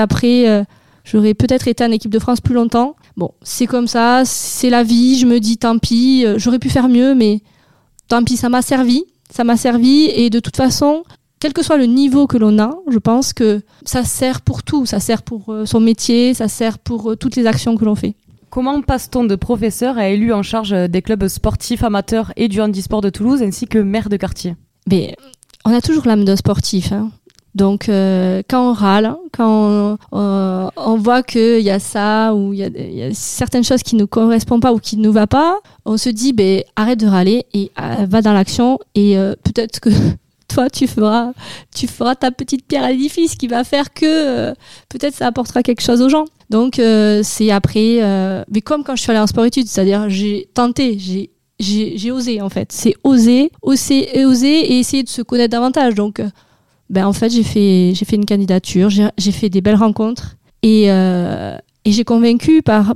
Speaker 7: en équipe de France plus longtemps. Bon, c'est comme ça, c'est la vie. Je me dis, tant pis, j'aurais pu faire mieux, mais tant pis, ça m'a servi. Et de toute façon, quel que soit le niveau que l'on a, je pense que ça sert pour tout. Ça sert pour son métier, ça sert pour toutes les actions que l'on fait.
Speaker 3: Comment passe-t-on de professeur à élu en charge des clubs sportifs amateurs et du handisport de Toulouse, ainsi que maire de quartier ?
Speaker 7: Mais on a toujours l'âme d'un sportif. Donc, quand on râle, quand on voit qu'il y a ça, ou il y a certaines choses qui ne correspondent pas ou qui ne nous va pas, on se dit, arrête de râler et va dans l'action. Et peut-être que toi, tu feras ta petite pierre à l'édifice qui va faire que peut-être ça apportera quelque chose aux gens. Donc, c'est après... mais comme quand je suis allée en sport-études, c'est-à-dire j'ai tenté, j'ai osé en fait. C'est oser et essayer de se connaître davantage. Donc, en fait, j'ai fait une candidature, j'ai fait des belles rencontres et j'ai convaincu par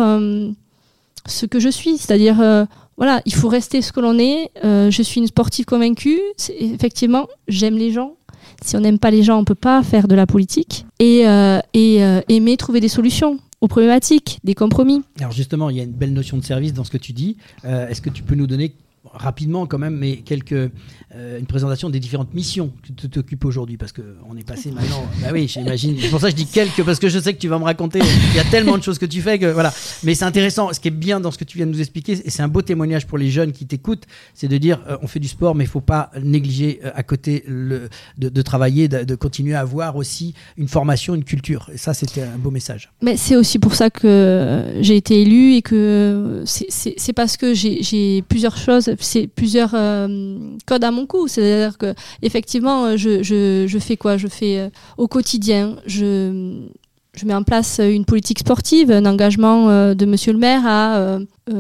Speaker 7: ce que je suis. C'est-à-dire... Voilà, il faut rester ce que l'on est. Je suis une sportive convaincue. Effectivement, j'aime les gens. Si on n'aime pas les gens, on ne peut pas faire de la politique. Et aimer trouver des solutions aux problématiques, des compromis.
Speaker 2: Alors justement, il y a une belle notion de service dans ce que tu dis. Est-ce que tu peux nous donner rapidement quand même, mais une présentation des différentes missions que tu t'occupes aujourd'hui, parce qu'on est passé maintenant... oui, j'imagine. C'est pour ça que je dis quelques, parce que je sais que tu vas me raconter. Il y a tellement de choses que tu fais que voilà. Mais c'est intéressant. Ce qui est bien dans ce que tu viens de nous expliquer, et c'est un beau témoignage pour les jeunes qui t'écoutent, c'est de dire on fait du sport, mais il ne faut pas négliger à côté de travailler, de continuer à avoir aussi une formation, une culture. Et ça, c'était un beau message. Mais
Speaker 7: c'est aussi pour ça que j'ai été élue et que c'est parce que j'ai plusieurs choses. C'est plusieurs codes à mon cou. C'est-à-dire que effectivement, je fais quoi ? Je fais au quotidien. Je mets en place une politique sportive, un engagement de Monsieur le maire à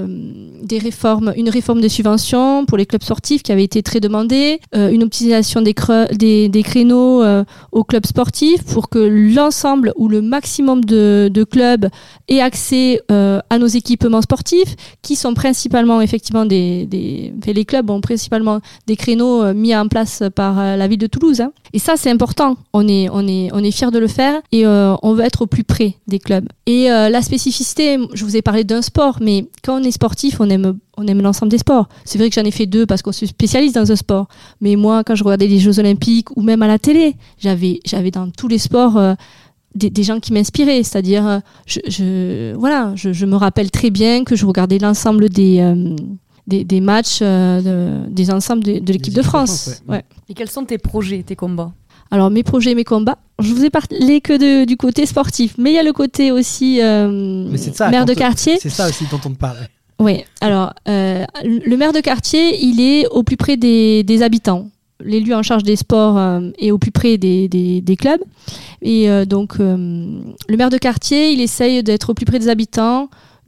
Speaker 7: une réforme des subventions pour les clubs sportifs qui avait été très demandée, une optimisation des créneaux aux clubs sportifs pour que l'ensemble ou le maximum de clubs aient accès à nos équipements sportifs qui sont principalement effectivement les clubs ont principalement des créneaux mis en place par la ville de Toulouse. Et ça, c'est important. On est fiers de le faire et on veut être au plus près des clubs. Et la spécificité, je vous ai parlé d'un sport, mais quand on est sportif, on aime l'ensemble des sports. C'est vrai que j'en ai fait 2 parce qu'on se spécialise dans un sport. Mais moi, quand je regardais les Jeux Olympiques ou même à la télé, j'avais dans tous les sports des gens qui m'inspiraient. C'est-à-dire, je me rappelle très bien que je regardais l'ensemble des matchs des ensembles de l'équipe de France. Ouais.
Speaker 3: Et quels sont tes projets, tes combats ?
Speaker 7: Alors, mes projets, mes combats, je vous ai parlé que du côté sportif, mais il y a le côté aussi maire de quartier.
Speaker 2: C'est ça aussi dont on te parle.
Speaker 7: Oui, alors, le maire de quartier, il est au plus près des habitants. L'élu en charge des sports est au plus près des clubs. Et donc, le maire de quartier, il essaye d'être au plus près des habitants,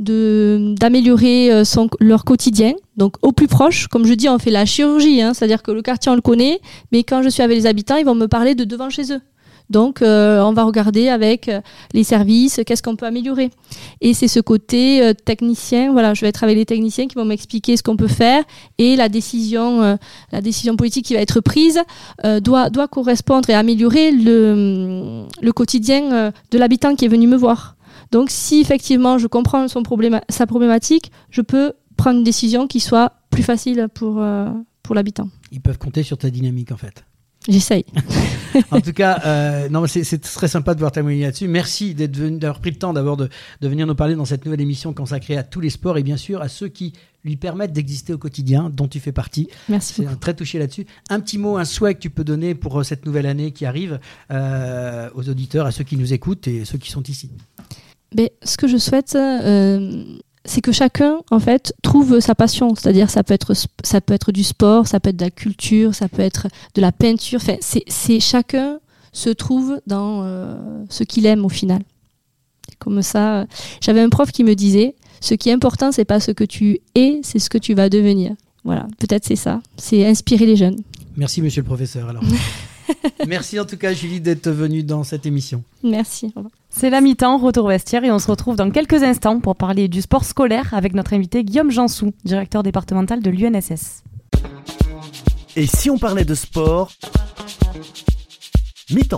Speaker 7: d'améliorer leur quotidien. Donc au plus proche, comme je dis, on fait la chirurgie, c'est-à-dire que le quartier on le connaît, mais quand je suis avec les habitants, ils vont me parler de devant chez eux. Donc on va regarder avec les services, qu'est-ce qu'on peut améliorer. Et c'est ce côté technicien, voilà, je vais être avec les techniciens qui vont m'expliquer ce qu'on peut faire, et la décision politique qui va être prise doit correspondre et améliorer le quotidien de l'habitant qui est venu me voir. Donc si effectivement je comprends sa problématique, je peux prendre une décision qui soit plus facile pour l'habitant.
Speaker 2: Ils peuvent compter sur ta dynamique en fait.
Speaker 7: J'essaye.
Speaker 2: En tout cas, c'est très sympa de voir témoigner là-dessus. Merci d'avoir pris le temps d'abord de venir nous parler dans cette nouvelle émission consacrée à tous les sports et bien sûr à ceux qui lui permettent d'exister au quotidien, dont tu fais partie.
Speaker 7: Merci beaucoup.
Speaker 2: C'est très touché là-dessus. Un petit mot, un souhait que tu peux donner pour cette nouvelle année qui arrive aux auditeurs, à ceux qui nous écoutent et ceux qui sont ici.
Speaker 7: Mais ce que je souhaite, c'est que chacun, en fait, trouve sa passion. C'est-à-dire, ça peut être du sport, ça peut être de la culture, ça peut être de la peinture. Enfin, c'est chacun se trouve dans ce qu'il aime au final. Et comme ça, j'avais un prof qui me disait, ce qui est important, c'est pas ce que tu es, c'est ce que tu vas devenir. Voilà, peut-être c'est ça. C'est inspirer les jeunes.
Speaker 2: Merci, monsieur le professeur. Alors. Merci en tout cas, Julie, d'être venue dans cette émission.
Speaker 7: Merci. Au revoir.
Speaker 3: C'est la mi-temps, retour vestiaire, et on se retrouve dans quelques instants pour parler du sport scolaire avec notre invité Guillaume Jansou, directeur départemental de l'UNSS.
Speaker 1: Et si on parlait de sport, mi-temps.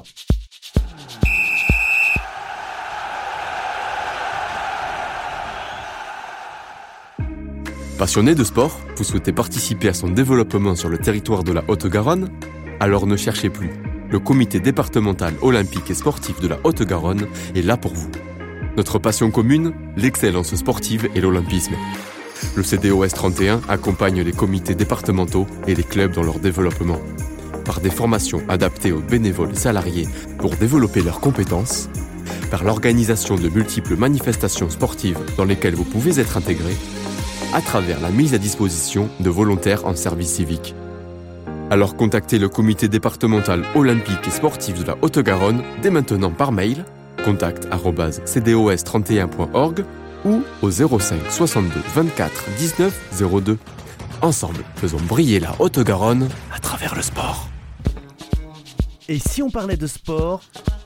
Speaker 8: Passionné de sport, vous souhaitez participer à son développement sur le territoire de la Haute-Garonne ? Alors ne cherchez plus. Le comité départemental olympique et sportif de la Haute-Garonne est là pour vous. Notre passion commune, l'excellence sportive et l'olympisme. Le CDOS 31 accompagne les comités départementaux et les clubs dans leur développement. Par des formations adaptées aux bénévoles salariés pour développer leurs compétences, par l'organisation de multiples manifestations sportives dans lesquelles vous pouvez être intégré, à travers la mise à disposition de volontaires en service civique. Alors contactez le comité départemental olympique et sportif de la Haute-Garonne dès maintenant par mail contact@cdos31.org ou au 05 62 24 19 02. Ensemble, faisons briller la Haute-Garonne à travers le sport.
Speaker 1: Et si on parlait de sport,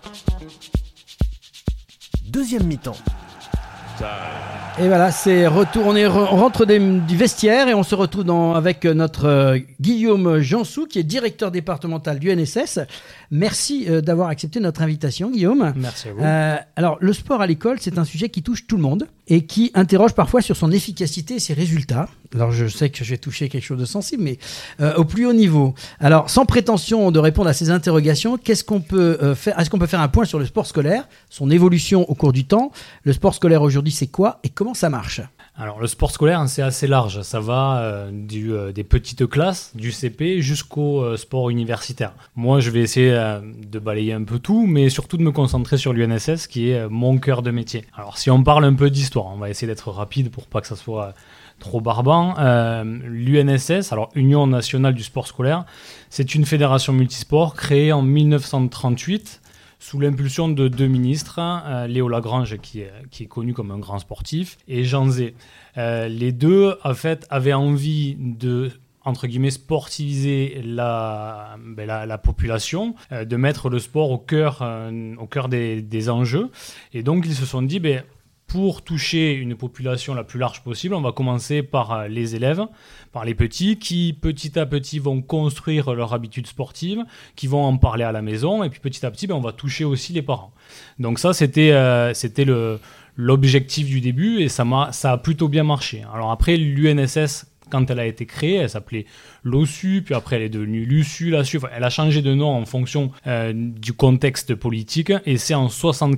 Speaker 1: deuxième mi-temps.
Speaker 2: Et voilà, c'est retour. On rentre du vestiaire et on se retrouve avec notre Guillaume Jansou, qui est directeur départemental du NSS. Merci d'avoir accepté notre invitation, Guillaume.
Speaker 9: Merci à vous.
Speaker 2: Alors, le sport à l'école, c'est un sujet qui touche tout le monde et qui interroge parfois sur son efficacité et ses résultats. Alors, je sais que je vais toucher quelque chose de sensible, mais au plus haut niveau. Alors, sans prétention de répondre à ces interrogations, qu'est-ce qu'on peut faire ? Est-ce qu'on peut faire un point sur le sport scolaire, son évolution au cours du temps ? Le sport scolaire aujourd'hui, c'est quoi et comment ça marche ?
Speaker 9: Alors, le sport scolaire, c'est assez large. Ça va des petites classes, du CP, jusqu'au sport universitaire. Moi, je vais essayer de balayer un peu tout, mais surtout de me concentrer sur l'UNSS, qui est mon cœur de métier. Alors, si on parle un peu d'histoire, on va essayer d'être rapide pour pas que ça soit trop barbant. L'UNSS, alors Union nationale du sport scolaire, c'est une fédération multisport créée en 1938 sous l'impulsion de deux ministres, Léo Lagrange, qui est connu comme un grand sportif, et Jean Zay. Les deux, en fait, avaient envie de, entre guillemets, sportiviser la population, de mettre le sport au cœur des enjeux. Et donc, ils se sont dit, pour toucher une population la plus large possible, on va commencer par les élèves, par les petits, qui petit à petit vont construire leur habitude sportive, qui vont en parler à la maison, et puis petit à petit, on va toucher aussi les parents. Donc ça, c'était l'objectif du début, et ça a plutôt bien marché. Alors après, l'UNSS, quand elle a été créée, elle s'appelait l'OSU, puis après elle est devenue l'USU, l'ASU, elle a changé de nom en fonction du contexte politique, et c'est en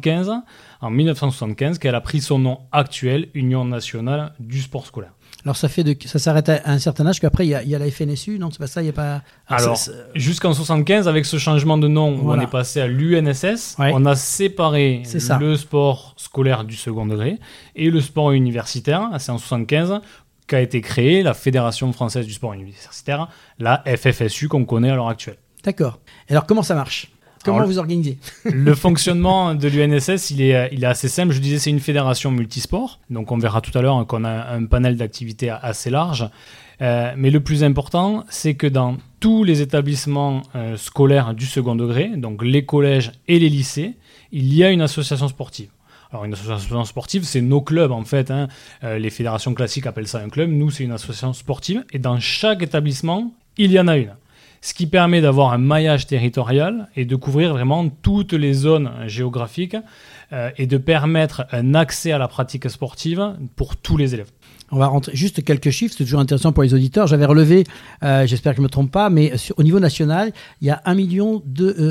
Speaker 9: 1975, qu'elle a pris son nom actuel, Union nationale du sport scolaire.
Speaker 2: Alors ça s'arrête à un certain âge, qu'après il y a la FNSU, non, c'est pas ça, il y a pas.
Speaker 9: Alors jusqu'en 75, avec ce changement de nom, voilà, où on est passé à l'UNSS, ouais, on a séparé le sport scolaire du second degré et le sport universitaire. C'est en 75 qu'a été créée la Fédération française du sport universitaire, la FFSU qu'on connaît à l'heure actuelle.
Speaker 2: D'accord. Alors comment ça marche ? Comment vous organisez?
Speaker 9: Le fonctionnement de l'UNSS, il est assez simple. Je disais, c'est une fédération multisport. Donc, on verra tout à l'heure qu'on a un panel d'activités assez large. Mais le plus important, c'est que dans tous les établissements scolaires du second degré, donc les collèges et les lycées, il y a une association sportive. Alors, une association sportive, c'est nos clubs, en fait. Les fédérations classiques appellent ça un club. Nous, c'est une association sportive. Et dans chaque établissement, il y en a une. Ce qui permet d'avoir un maillage territorial et de couvrir vraiment toutes les zones géographiques et de permettre un accès à la pratique sportive pour tous les élèves.
Speaker 2: On va rentrer juste quelques chiffres, c'est toujours intéressant pour les auditeurs. J'avais relevé, j'espère que je ne me trompe pas, mais au niveau national, il y a 1,2 million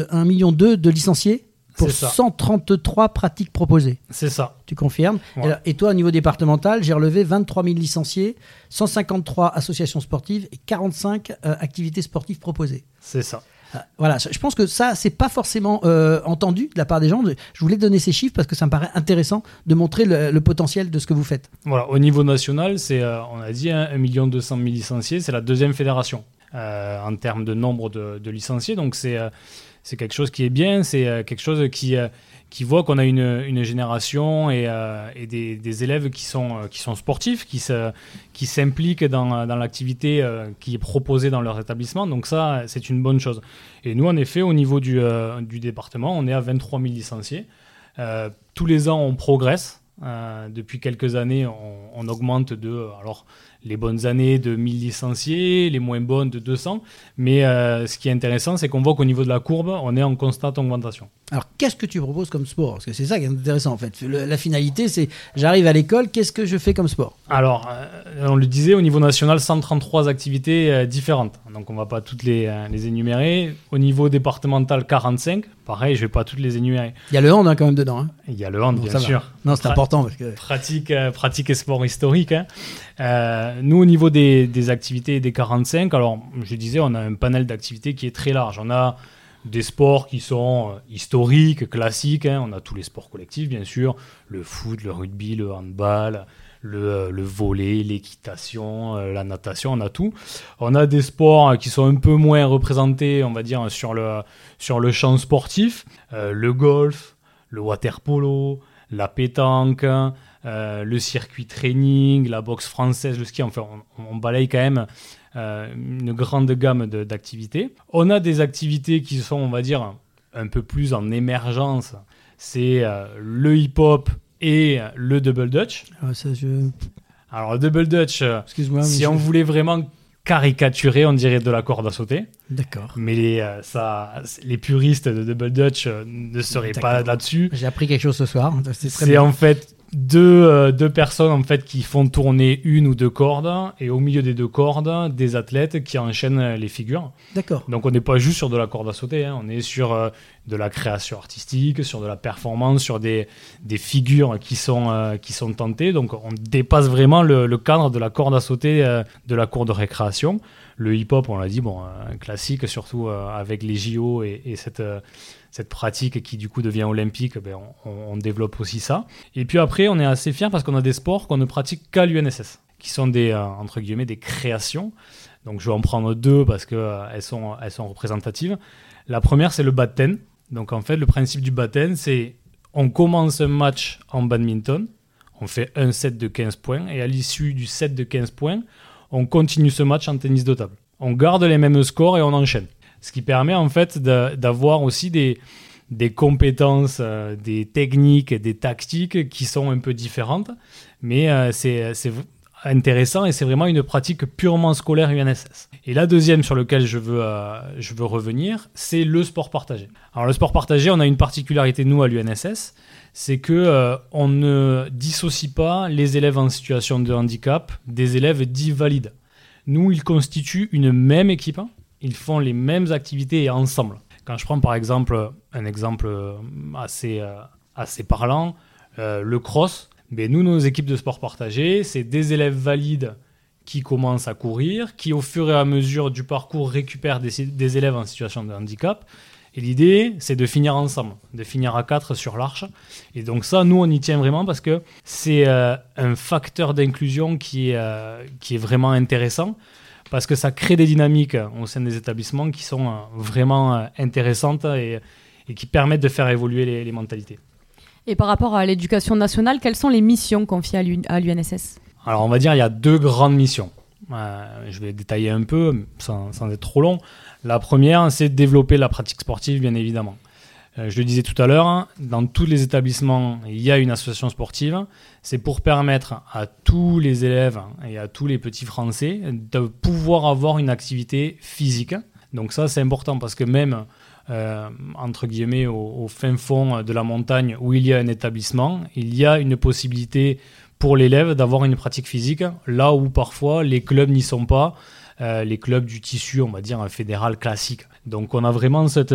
Speaker 2: de licenciés pour 133 pratiques proposées.
Speaker 9: C'est ça.
Speaker 2: Tu confirmes?
Speaker 9: Ouais.
Speaker 2: Et toi, au niveau départemental, j'ai relevé 23 000 licenciés, 153 associations sportives et 45 activités sportives proposées.
Speaker 9: C'est ça.
Speaker 2: Voilà, je pense que ça, c'est pas forcément entendu de la part des gens. Je voulais donner ces chiffres parce que ça me paraît intéressant de montrer le potentiel de ce que vous faites.
Speaker 9: Voilà, au niveau national, c'est, on a dit, 1 200 000 licenciés, c'est la deuxième fédération en termes de nombre de licenciés. Donc c'est quelque chose qui est bien, c'est quelque chose qui voit qu'on a une génération et des élèves qui sont sportifs, qui s'impliquent dans l'activité qui est proposée dans leur établissement. Donc ça, c'est une bonne chose. Et nous, en effet, au niveau du département, on est à 23 000 licenciés. Tous les ans, on progresse. Depuis quelques années, on augmente alors les bonnes années de 1000 licenciés, les moins bonnes de 200. Mais ce qui est intéressant, c'est qu'on voit qu'au niveau de la courbe, on est en constante augmentation.
Speaker 2: Alors, qu'est-ce que tu proposes comme sport? Parce que c'est ça qui est intéressant, en fait. La finalité, c'est j'arrive à l'école, qu'est-ce que je fais comme sport? Alors,
Speaker 9: on le disait, au niveau national, 133 activités différentes. Donc, on ne va pas toutes les énumérer. Au niveau départemental, 45. Pareil, je ne vais pas toutes les énumérer.
Speaker 2: Il y a le hand quand même dedans.
Speaker 9: Il y a le hand, bien sûr.
Speaker 2: Non, c'est important. Parce que...
Speaker 9: Pratique et sport historique. Nous, au niveau des activités et des 45, alors, je disais, on a un panel d'activités qui est très large. On a des sports qui sont historiques, classiques. On a tous les sports collectifs, bien sûr. Le foot, le rugby, le handball, le volley, l'équitation, la natation, on a tout. On a des sports qui sont un peu moins représentés, on va dire, sur le champ sportif. Le golf, le water polo, la pétanque, le circuit training, la boxe française, le ski. Enfin, on balaye quand même une grande gamme d'activités. On a des activités qui sont, on va dire, un peu plus en émergence. C'est le hip-hop et le double dutch. Alors, le double dutch, si on voulait vraiment caricaturer, on dirait de la corde à sauter.
Speaker 2: D'accord.
Speaker 9: Mais les puristes de double dutch ne seraient pas là-dessus.
Speaker 2: J'ai appris quelque chose ce soir.
Speaker 9: C'est en fait deux personnes en fait qui font tourner une ou deux cordes et au milieu des deux cordes des athlètes qui enchaînent les figures.
Speaker 2: D'accord.
Speaker 9: Donc on n'est pas juste sur de la corde à sauter, on est sur de la création artistique, sur de la performance, sur des figures qui sont tentées. Donc on dépasse vraiment le cadre de la corde à sauter de la cour de récréation. Le hip-hop, on l'a dit, un classique, surtout avec les JO et cette pratique qui du coup devient olympique, on développe aussi ça. Et puis après, on est assez fiers parce qu'on a des sports qu'on ne pratique qu'à l'UNSS, qui sont entre guillemets des créations. Donc je vais en prendre deux parce qu'elles sont représentatives. La première, c'est le badminton. Donc en fait, le principe du badminton, c'est on commence un match en badminton, on fait un set de 15 points et à l'issue du set de 15 points, on continue ce match en tennis de table. On garde les mêmes scores et on enchaîne. Ce qui permet en fait d'avoir aussi des compétences, des techniques, des tactiques qui sont un peu différentes. Mais c'est intéressant et c'est vraiment une pratique purement scolaire UNSS. Et la deuxième sur laquelle je veux revenir, c'est le sport partagé. Alors le sport partagé, on a une particularité nous à l'UNSS, c'est qu'on ne dissocie pas les élèves en situation de handicap des élèves dits valides. Nous, ils constituent une même équipe, ils font les mêmes activités ensemble. Quand je prends par exemple un exemple assez parlant, le cross, nous, nos équipes de sport partagé, c'est des élèves valides qui commencent à courir, qui au fur et à mesure du parcours récupèrent des élèves en situation de handicap. Et l'idée, c'est de finir ensemble, de finir à 4 sur l'arche. Et donc ça, nous, on y tient vraiment parce que c'est un facteur d'inclusion qui est vraiment intéressant parce que ça crée des dynamiques au sein des établissements qui sont vraiment intéressantes et et qui permettent de faire évoluer les mentalités.
Speaker 3: Et par rapport à l'éducation nationale, quelles sont les missions confiées à l'UNSS ?
Speaker 9: Alors on va dire il y a 2 grandes missions. Je vais détailler un peu sans être trop long. La première, c'est de développer la pratique sportive, bien évidemment. Je le disais tout à l'heure, dans tous les établissements, il y a une association sportive. C'est pour permettre à tous les élèves et à tous les petits Français de pouvoir avoir une activité physique. Donc ça, c'est important parce que même, entre guillemets, au fin fond de la montagne où il y a un établissement, il y a une possibilité pour l'élève d'avoir une pratique physique, là où parfois les clubs n'y sont pas, les clubs du tissu, on va dire, fédéral classique. Donc on a vraiment cette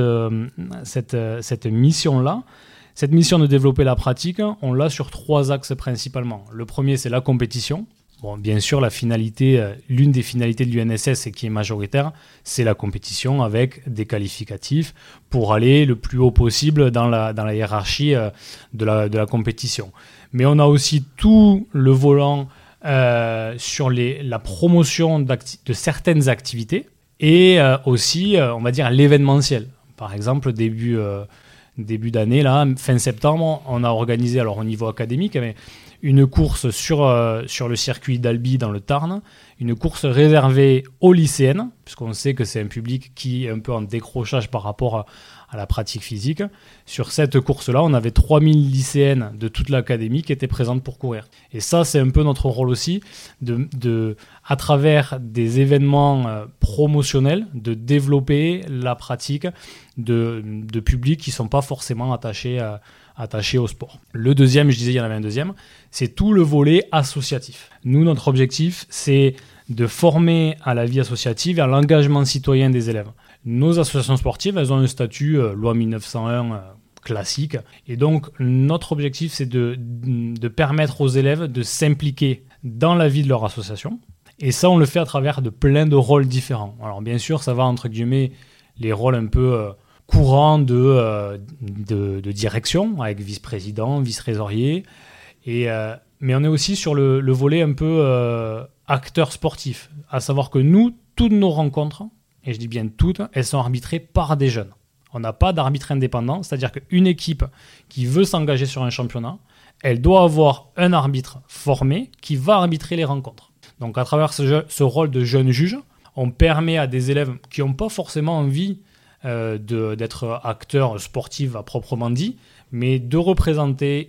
Speaker 9: mission-là. Cette mission de développer la pratique, on l'a sur 3 axes principalement. Le premier, c'est la compétition. Bon, bien sûr, l'une des finalités de l'UNSS et qui est majoritaire, c'est la compétition avec des qualificatifs pour aller le plus haut possible dans la hiérarchie de la compétition. Mais on a aussi tout le volant sur la promotion de certaines activités et aussi, on va dire, l'événementiel. Par exemple, début d'année, là, fin septembre, on a organisé, alors au niveau académique, mais une course sur le circuit d'Albi dans le Tarn, une course réservée aux lycéennes, puisqu'on sait que c'est un public qui est un peu en décrochage par rapport à la pratique physique. Sur cette course-là, on avait 3000 lycéennes de toute l'académie qui étaient présentes pour courir. Et ça, c'est un peu notre rôle aussi, à travers des événements promotionnels, de développer la pratique de publics qui ne sont pas forcément attachés au sport. Le deuxième, je disais, il y en avait un deuxième, c'est tout le volet associatif. Nous, notre objectif, c'est de former à la vie associative et à l'engagement citoyen des élèves. Nos associations sportives, elles ont un statut loi 1901 classique. Et donc, notre objectif, c'est de permettre aux élèves de s'impliquer dans la vie de leur association. Et ça, on le fait à travers de plein de rôles différents. Alors, bien sûr, ça va, entre guillemets, les rôles un peu courants de direction, avec vice-président, vice-trésorier. Mais on est aussi sur le volet un peu acteur sportif. À savoir que nous, toutes nos rencontres, et je dis bien toutes, elles sont arbitrées par des jeunes. On n'a pas d'arbitre indépendant, c'est-à-dire qu'une équipe qui veut s'engager sur un championnat, elle doit avoir un arbitre formé qui va arbitrer les rencontres. Donc à travers ce rôle de jeune juge, on permet à des élèves qui n'ont pas forcément envie d'être acteurs sportifs à proprement dit, mais de représenter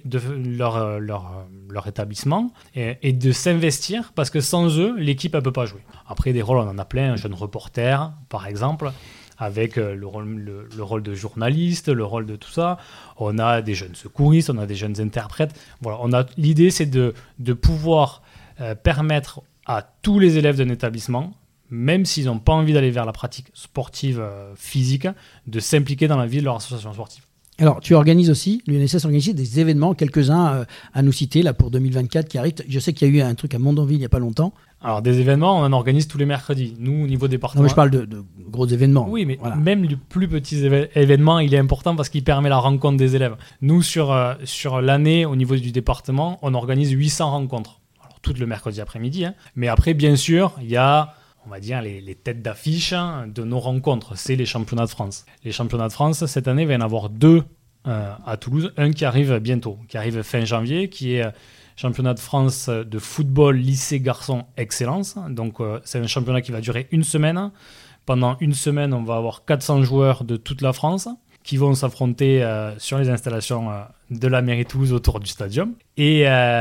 Speaker 9: leur établissement et de s'investir, parce que sans eux, l'équipe ne peut pas jouer. Après, des rôles, on en a plein, un jeune reporter, par exemple, avec le rôle de journaliste, le rôle de tout ça. On a des jeunes secouristes, on a des jeunes interprètes. Voilà, l'idée, c'est de pouvoir permettre à tous les élèves d'un établissement, même s'ils n'ont pas envie d'aller vers la pratique sportive physique, de s'impliquer dans la vie de leur association sportive.
Speaker 2: Alors, tu organises aussi, l'UNSS organise des événements, quelques-uns à nous citer là pour 2024 qui arrivent. Je sais qu'il y a eu un truc à Mondonville il n'y a pas longtemps.
Speaker 9: Alors, des événements, on en organise tous les mercredis. Nous, au niveau département...
Speaker 2: Non, mais je parle de gros événements.
Speaker 9: Oui, mais voilà. Même les plus petits événements, il est important parce qu'il permet la rencontre des élèves. Nous, sur l'année, au niveau du département, on organise 800 rencontres. Alors, toutes le mercredi après-midi. Mais après, bien sûr, il y a... on va dire, les têtes d'affiche de nos rencontres, c'est les championnats de France. Les championnats de France, cette année, il va y en avoir 2 à Toulouse. Un qui arrive bientôt, qui arrive fin janvier, qui est championnat de France de football lycée garçon excellence. Donc, c'est un championnat qui va durer 1 semaine. Pendant 1 semaine, on va avoir 400 joueurs de toute la France qui vont s'affronter sur les installations de la mairie Toulouse autour du stadium. Et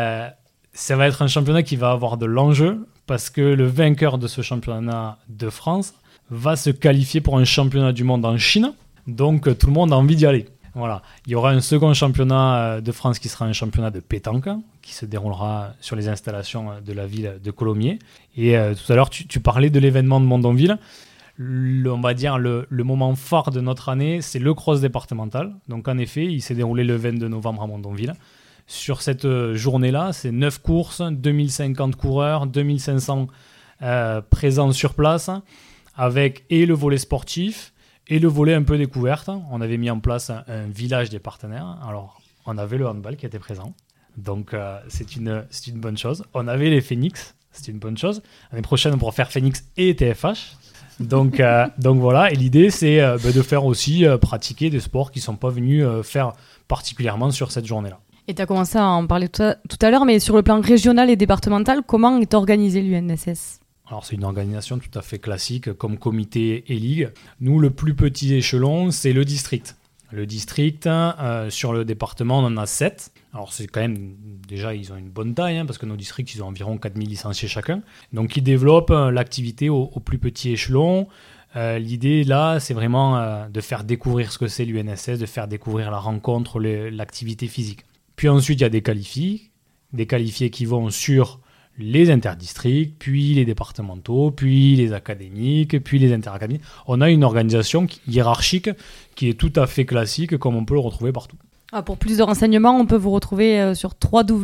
Speaker 9: ça va être un championnat qui va avoir de l'enjeu, parce que le vainqueur de ce championnat de France va se qualifier pour un championnat du monde en Chine. Donc tout le monde a envie d'y aller. Voilà. Il y aura un second championnat de France qui sera un championnat de pétanque, qui se déroulera sur les installations de la ville de Colomiers. Et tout à l'heure, tu parlais de l'événement de Mondonville. On va dire le moment phare de notre année, c'est le cross départemental. Donc en effet, il s'est déroulé le 22 novembre à Mondonville. Sur cette journée-là, c'est 9 courses, 2050 coureurs, 2500 présents sur place, avec et le volet sportif et le volet un peu découverte. On avait mis en place un village des partenaires. Alors, on avait le handball qui était présent, donc c'est une bonne chose. On avait les Phoenix, c'est une bonne chose. L'année prochaine, on pourra faire Phoenix et TFH. Donc voilà, et l'idée c'est de faire aussi pratiquer des sports qui ne sont pas venus faire particulièrement sur cette journée-là.
Speaker 3: Et tu as commencé à en parler tout à l'heure, mais sur le plan régional et départemental, comment est organisé l'UNSS ?
Speaker 9: Alors c'est une organisation tout à fait classique comme comité et ligue. Nous, le plus petit échelon, c'est le district. Le district, sur le département, on en a 7. Alors c'est quand même, déjà ils ont une bonne taille, parce que nos districts, ils ont environ 4000 licenciés chacun. Donc ils développent l'activité au plus petit échelon. L'idée là, c'est vraiment de faire découvrir ce que c'est l'UNSS, de faire découvrir la rencontre, l'activité physique. Puis ensuite, il y a des qualifiés qui vont sur les interdistricts, puis les départementaux, puis les académiques, puis les interacadémiques. On a une organisation hiérarchique qui est tout à fait classique, comme on peut le retrouver partout.
Speaker 3: Pour plus de renseignements, on peut vous retrouver sur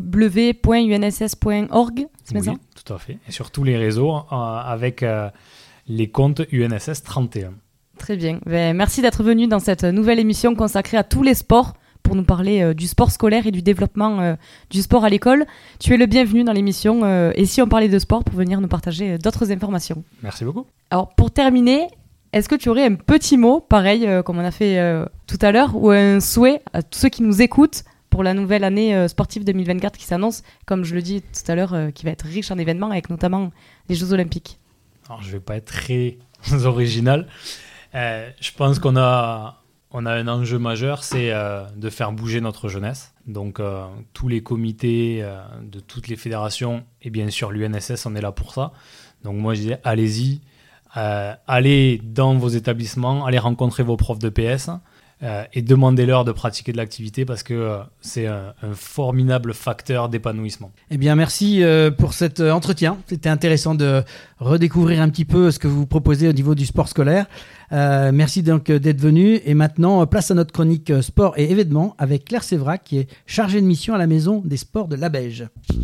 Speaker 3: www.unss.org, c'est bien ça ?
Speaker 9: Oui, tout à fait. Et sur tous les réseaux avec les comptes UNSS 31.
Speaker 3: Très bien. Merci d'être venu dans cette nouvelle émission consacrée à tous les sports, pour nous parler du sport scolaire et du développement du sport à l'école. Tu es le bienvenu dans l'émission Et si on parlait de sport, pour venir nous partager d'autres informations.
Speaker 9: Merci beaucoup.
Speaker 3: Alors pour terminer, est-ce que tu aurais un petit mot, pareil comme on a fait tout à l'heure, ou un souhait à tous ceux qui nous écoutent pour la nouvelle année sportive 2024 qui s'annonce, comme je le dis tout à l'heure, qui va être riche en événements avec notamment les Jeux Olympiques ?
Speaker 9: Alors je ne vais pas être très original. Je pense qu'on a un enjeu majeur, c'est de faire bouger notre jeunesse. Donc tous les comités de toutes les fédérations, et bien sûr l'UNSS, on est là pour ça. Donc moi je disais, allez-y, allez dans vos établissements, allez rencontrer vos profs de PS et demandez-leur de pratiquer de l'activité parce que c'est un formidable facteur d'épanouissement.
Speaker 2: Eh bien, merci pour cet entretien. C'était intéressant de redécouvrir un petit peu ce que vous proposez au niveau du sport scolaire. Merci donc d'être venu. Et maintenant, place à notre chronique sport et événements avec Claire Sévrac, qui est chargée de mission à la Maison des Sports de Labège.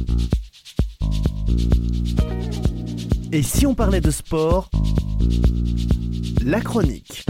Speaker 1: Et si on parlait de sport, la chronique.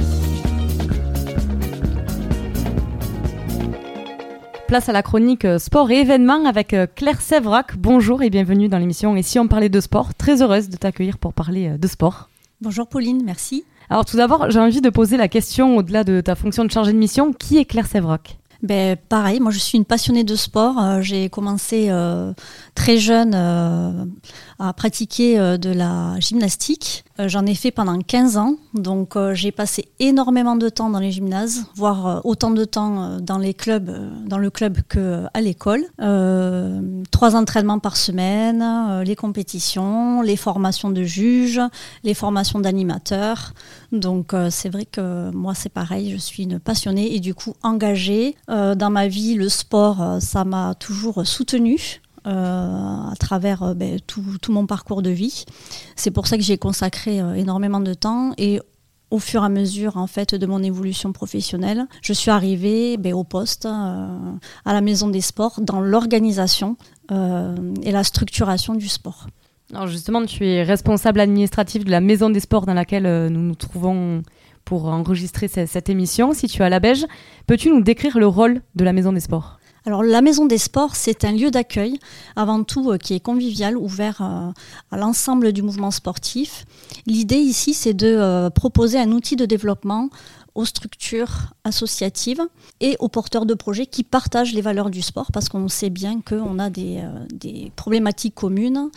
Speaker 3: Place à la chronique sport et événements avec Claire Sévrac. Bonjour et bienvenue dans l'émission Et si on parlait de sport. Très heureuse de t'accueillir pour parler de sport.
Speaker 10: Bonjour Pauline, merci.
Speaker 3: Alors tout d'abord, j'ai envie de poser la question au-delà de ta fonction de chargée de mission. Qui est Claire Sévrac ?
Speaker 10: Pareil, moi je suis une passionnée de sport. J'ai commencé très jeune à pratiquer de la gymnastique. J'en ai fait pendant 15 ans, donc j'ai passé énormément de temps dans les gymnases, voire autant de temps dans le club qu'à l'école. 3 entraînements par semaine, les compétitions, les formations de juges, les formations d'animateurs. Donc c'est vrai que moi c'est pareil, je suis une passionnée et du coup engagée. Dans ma vie, le sport, ça m'a toujours soutenue. À travers tout mon parcours de vie. C'est pour ça que j'ai consacré énormément de temps et au fur et à mesure en fait, de mon évolution professionnelle, je suis arrivée au poste, à la Maison des Sports, dans l'organisation et la structuration du sport.
Speaker 3: Alors justement, tu es responsable administratif de la Maison des Sports dans laquelle nous nous trouvons pour enregistrer cette émission, située à Labège. Peux-tu nous décrire le rôle de la Maison des Sports ?
Speaker 10: Alors la Maison des Sports, c'est un lieu d'accueil, avant tout qui est convivial, ouvert à l'ensemble du mouvement sportif. L'idée ici, c'est de proposer un outil de développement aux structures associatives et aux porteurs de projets qui partagent les valeurs du sport, parce qu'on sait bien qu'on a des problématiques communes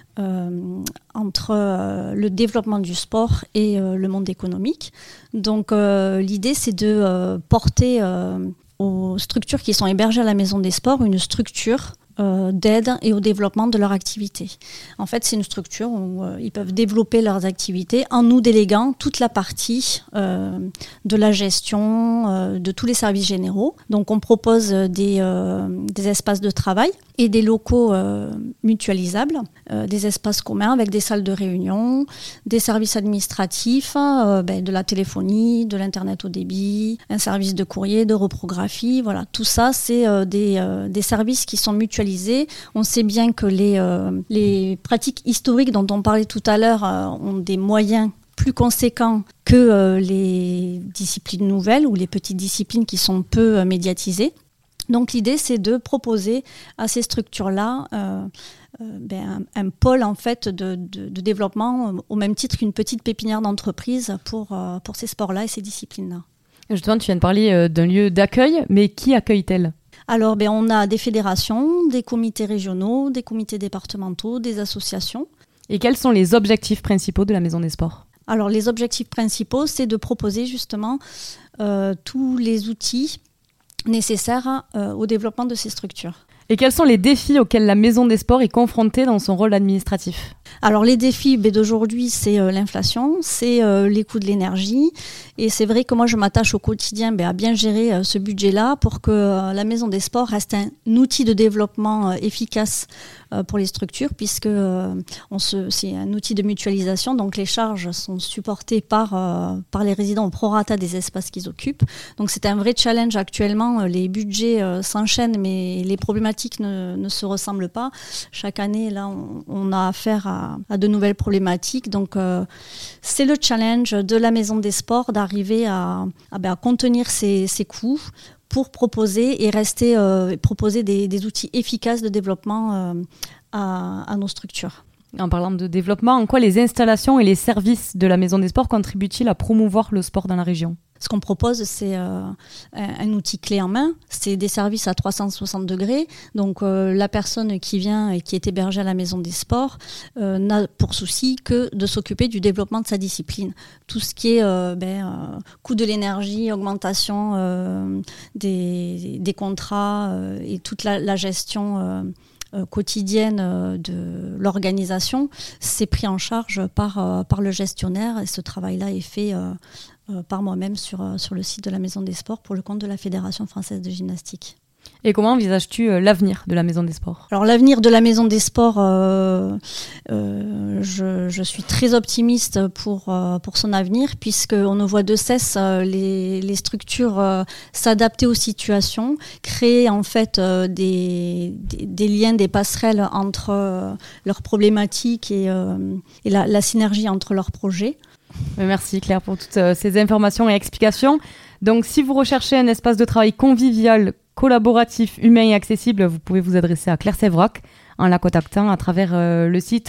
Speaker 10: entre le développement du sport et le monde économique. Donc l'idée, c'est de porter aux structures qui sont hébergées à la Maison des Sports une structure d'aide et au développement de leur activité. En fait, c'est une structure où ils peuvent développer leurs activités en nous déléguant toute la partie de la gestion de tous les services généraux. Donc, on propose des espaces de travail et des locaux mutualisables, des espaces communs avec des salles de réunion, des services administratifs, de la téléphonie, de l'internet haut débit, un service de courrier, de reprographie. Voilà, tout ça, c'est des services qui sont mutualisés. On sait bien que les pratiques historiques dont on parlait tout à l'heure ont des moyens plus conséquents que les disciplines nouvelles ou les petites disciplines qui sont peu médiatisées. Donc l'idée, c'est de proposer à ces structures-là un pôle en fait de développement au même titre qu'une petite pépinière d'entreprise pour ces sports-là et ces disciplines-là.
Speaker 3: Justement, tu viens de parler d'un lieu d'accueil, mais qui accueille-t-elle ?
Speaker 10: Alors, on a des fédérations, des comités régionaux, des comités départementaux, des associations.
Speaker 3: Et quels sont les objectifs principaux de la Maison des Sports ?
Speaker 10: Alors, les objectifs principaux, c'est de proposer justement tous les outils nécessaires au développement de ces structures.
Speaker 3: Et quels sont les défis auxquels la Maison des Sports est confrontée dans son rôle administratif ?
Speaker 10: Alors les défis d'aujourd'hui, c'est l'inflation, c'est les coûts de l'énergie. Et c'est vrai que moi, je m'attache au quotidien à bien gérer ce budget-là pour que la Maison des Sports reste un outil de développement efficace pour les structures, puisque c'est un outil de mutualisation. Donc les charges sont supportées par les résidents au prorata des espaces qu'ils occupent. Donc c'est un vrai challenge actuellement. Les budgets s'enchaînent, mais les problématiques ne se ressemblent pas. Chaque année, là, on a affaire à de nouvelles problématiques. Donc, c'est le challenge de la Maison des Sports d'arriver à contenir ces coûts pour proposer proposer des outils efficaces de développement à nos structures.
Speaker 3: En parlant de développement, en quoi les installations et les services de la Maison des Sports contribuent-ils à promouvoir le sport dans la région ?
Speaker 10: Ce qu'on propose, c'est un outil clé en main. C'est des services à 360 degrés. Donc, la personne qui vient et qui est hébergée à la Maison des Sports n'a pour souci que de s'occuper du développement de sa discipline. Tout ce qui est coût de l'énergie, augmentation des contrats et toute la gestion quotidienne de l'organisation, c'est pris en charge par le gestionnaire. Et ce travail-là est fait par moi-même sur le site de la Maison des Sports pour le compte de la Fédération française de gymnastique.
Speaker 3: Et comment envisages-tu l'avenir de la Maison des Sports ?
Speaker 10: Alors l'avenir de la Maison des Sports, je suis très optimiste pour son avenir, puisqu'on ne voit de cesse les structures s'adapter aux situations, créer en fait des liens, des passerelles entre leurs problématiques et la synergie entre leurs projets.
Speaker 3: Merci Claire pour toutes ces informations et explications. Donc si vous recherchez un espace de travail convivial, collaboratif, humain et accessible, vous pouvez vous adresser à Claire Sévrac en la contactant à travers le site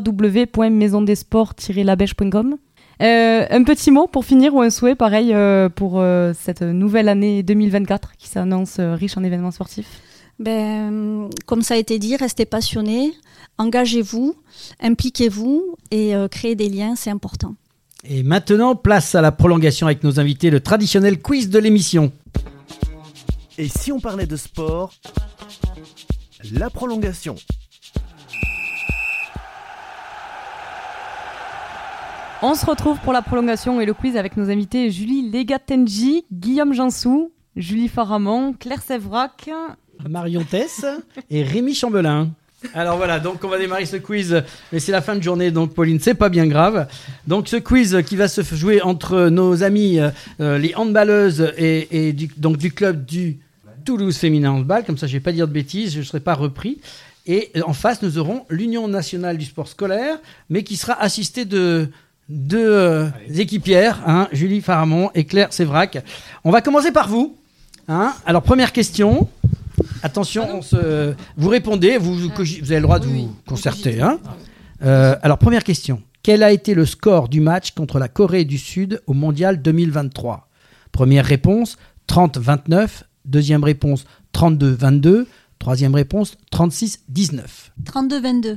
Speaker 3: www.maisondesports-labèche.com. Un petit mot pour finir ou un souhait pareil pour cette nouvelle année 2024 qui s'annonce riche en événements sportifs ?
Speaker 10: Comme ça a été dit, restez passionnés, engagez-vous, impliquez-vous et créez des liens, c'est important.
Speaker 2: Et maintenant, place à la prolongation avec nos invités, le traditionnel quiz de l'émission.
Speaker 1: Et si on parlait de sport, la prolongation.
Speaker 3: On se retrouve pour la prolongation et le quiz avec nos invités Julie Legatenji, Guillaume Jansou, Julie Faramond, Claire Sévrac,
Speaker 2: Marion Tess et Rémi Chambelin. Alors voilà, donc on va démarrer ce quiz, mais c'est la fin de journée, donc Pauline, c'est pas bien grave. Donc ce quiz qui va se jouer entre nos amis, les handballeuses et du club du Toulouse Féminin Handball, comme ça je vais pas dire de bêtises, je ne serai pas repris. Et en face, nous aurons l'Union nationale du sport scolaire, mais qui sera assistée de deux équipières, Julie Faramond et Claire Sévrac. On va commencer par vous. Alors première question. Attention, vous répondez, vous avez le droit de vous concerter. Alors, première question. Quel a été le score du match contre la Corée du Sud au Mondial 2023 ? Première réponse, 30-29. Deuxième réponse, 32-22. Troisième réponse, 36-19.
Speaker 10: 32-22.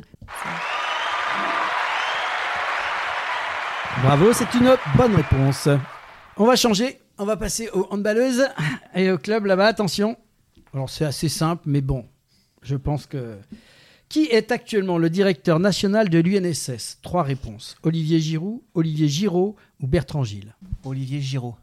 Speaker 2: Bravo, c'est une bonne réponse. On va changer, on va passer aux handballeuses et au club là-bas, attention. Alors c'est assez simple, mais bon, je pense que... Qui est actuellement le directeur national de l'UNSS ? 3 réponses. Olivier Giroud, Olivier Giraud ou Bertrand Gilles ?
Speaker 6: Olivier Giraud.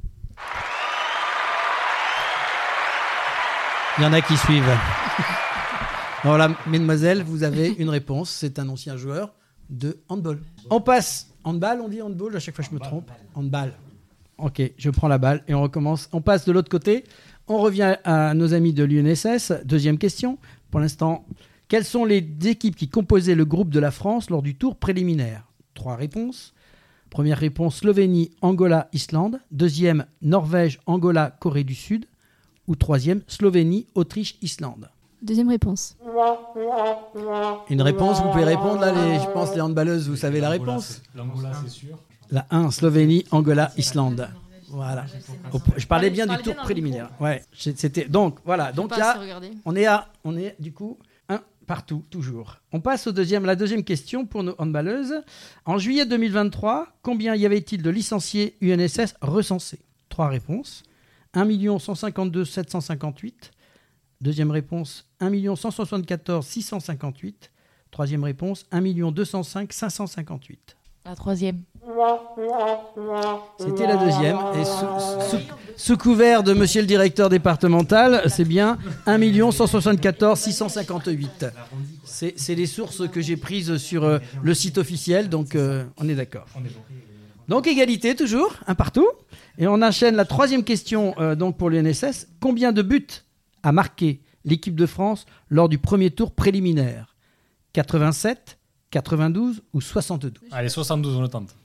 Speaker 2: Il y en a qui suivent. Voilà, mesdemoiselles, vous avez une réponse. C'est un ancien joueur de handball. On passe. Handball, on dit handball ? À chaque fois je me trompe. Handball. Ok, je prends la balle et on recommence. On passe de l'autre côté. On revient à nos amis de l'UNSS. Deuxième question. Pour l'instant, quelles sont les équipes qui composaient le groupe de la France lors du tour préliminaire ? 3 réponses. Première réponse, Slovénie, Angola, Islande. Deuxième, Norvège, Angola, Corée du Sud. ou troisième, Slovénie, Autriche, Islande?
Speaker 7: Deuxième réponse.
Speaker 2: Une réponse, vous pouvez répondre là, je pense les handballeuses, vous savez la réponse.
Speaker 9: L'Angola, c'est sûr.
Speaker 2: La 1, Slovénie, Angola, Islande. Voilà. Je parlais bien du tour préliminaire. Ouais, c'était donc voilà. Donc là, on est du coup un partout toujours. On passe la deuxième question pour nos handballeuses. En juillet 2023, combien y avait-il de licenciés UNSS recensés? 3 réponses. 1 152 758. Deuxième réponse, 1 174 658. Troisième réponse, 1 205 558.
Speaker 3: La troisième.
Speaker 2: C'était la deuxième. Et sous couvert de monsieur le directeur départemental, c'est bien 1 174 658. C'est les sources que j'ai prises sur le site officiel, donc on est d'accord. Donc égalité toujours, un partout. Et on enchaîne la troisième question donc pour l'UNSS. Combien de buts a marqué l'équipe de France lors du premier tour préliminaire? 87, 92 ou 72?
Speaker 9: Allez, 72, on le tente.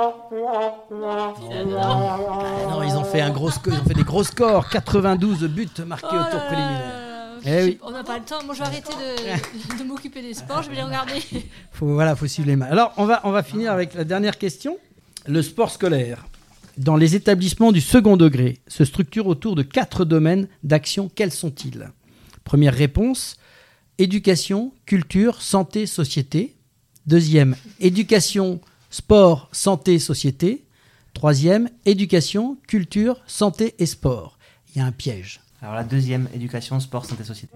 Speaker 2: Non, ils ont fait des gros scores. 92 buts marqués au tour préliminaire. Oui.
Speaker 7: On n'a pas le temps. Moi, je vais arrêter de m'occuper des sports. Je vais les regarder.
Speaker 2: Faut suivre les mains. Alors, on va finir avec la dernière question. Le sport scolaire, dans les établissements du second degré, se structure autour de 4 domaines d'action. Quels sont-ils? Première réponse, éducation, culture, santé, société. Deuxième, éducation, sport, santé, société. Troisième, éducation, culture, santé et sport. Il y a un piège.
Speaker 6: Alors la deuxième, éducation, sport, santé, société.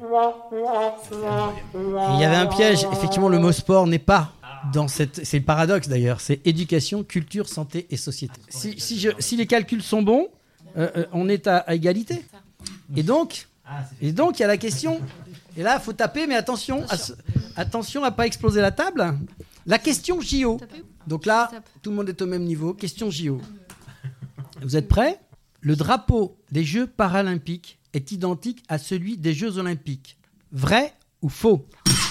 Speaker 2: Il y avait un piège. Effectivement, le mot sport n'est pas dans cette... C'est le paradoxe d'ailleurs. C'est éducation, culture, santé et société. Si les calculs sont bons, on est à égalité. Et donc, il y a la question... Et là, il faut taper, mais attention à pas exploser la table. La question JO. Donc là, tout le monde est au même niveau. Question JO. Vous êtes prêts? Le drapeau des Jeux paralympiques est identique à celui des Jeux olympiques. Vrai ou faux?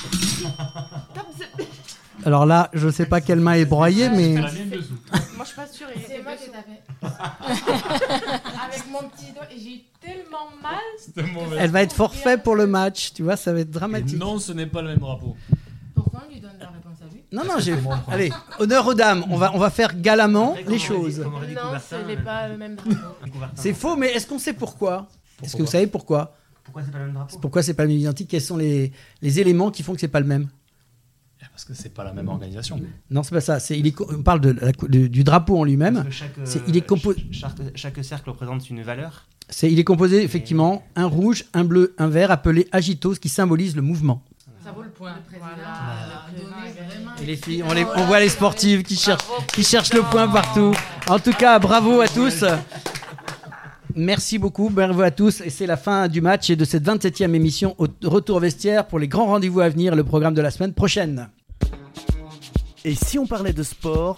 Speaker 2: Alors là, je ne sais pas quelle main est broyée, mais...
Speaker 4: Moi, je suis pas sûre. C'est moi qui ai tapé. Avec mon petit doigt. Et j'ai eu tellement mal.
Speaker 2: Elle va être forfait pour le match. Tu vois, ça va être dramatique.
Speaker 9: Et non, ce n'est pas le même drapeau.
Speaker 4: Pourquoi on lui donne la réponse à lui?
Speaker 2: Non, allez, honneur aux dames. On va faire galamment les choses.
Speaker 4: Non, ce n'est pas le même drapeau.
Speaker 2: C'est faux, mais est-ce qu'on sait pourquoi? Est-ce que vous savez pourquoi?
Speaker 6: Pourquoi c'est pas le même drapeau?
Speaker 2: Pourquoi c'est pas le même identique? Quels sont les éléments qui font que c'est pas le même?
Speaker 9: Parce que c'est pas la même organisation.
Speaker 2: Non, c'est pas ça. On parle du drapeau en lui-même.
Speaker 6: Chaque cercle représente une valeur.
Speaker 2: Il est composé effectivement un rouge, un bleu, un vert appelé agitos qui symbolise le mouvement.
Speaker 4: Ça vaut le point.
Speaker 2: Et les filles, on voit les sportives qui cherchent le point partout. En tout cas, bravo à tous. Merci beaucoup, bravo à tous. Et c'est la fin du match et de cette 27e émission au retour vestiaire pour les grands rendez-vous à venir, le programme de la semaine prochaine.
Speaker 1: Et si on parlait de sport?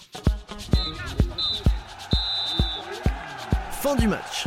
Speaker 1: Fin du match.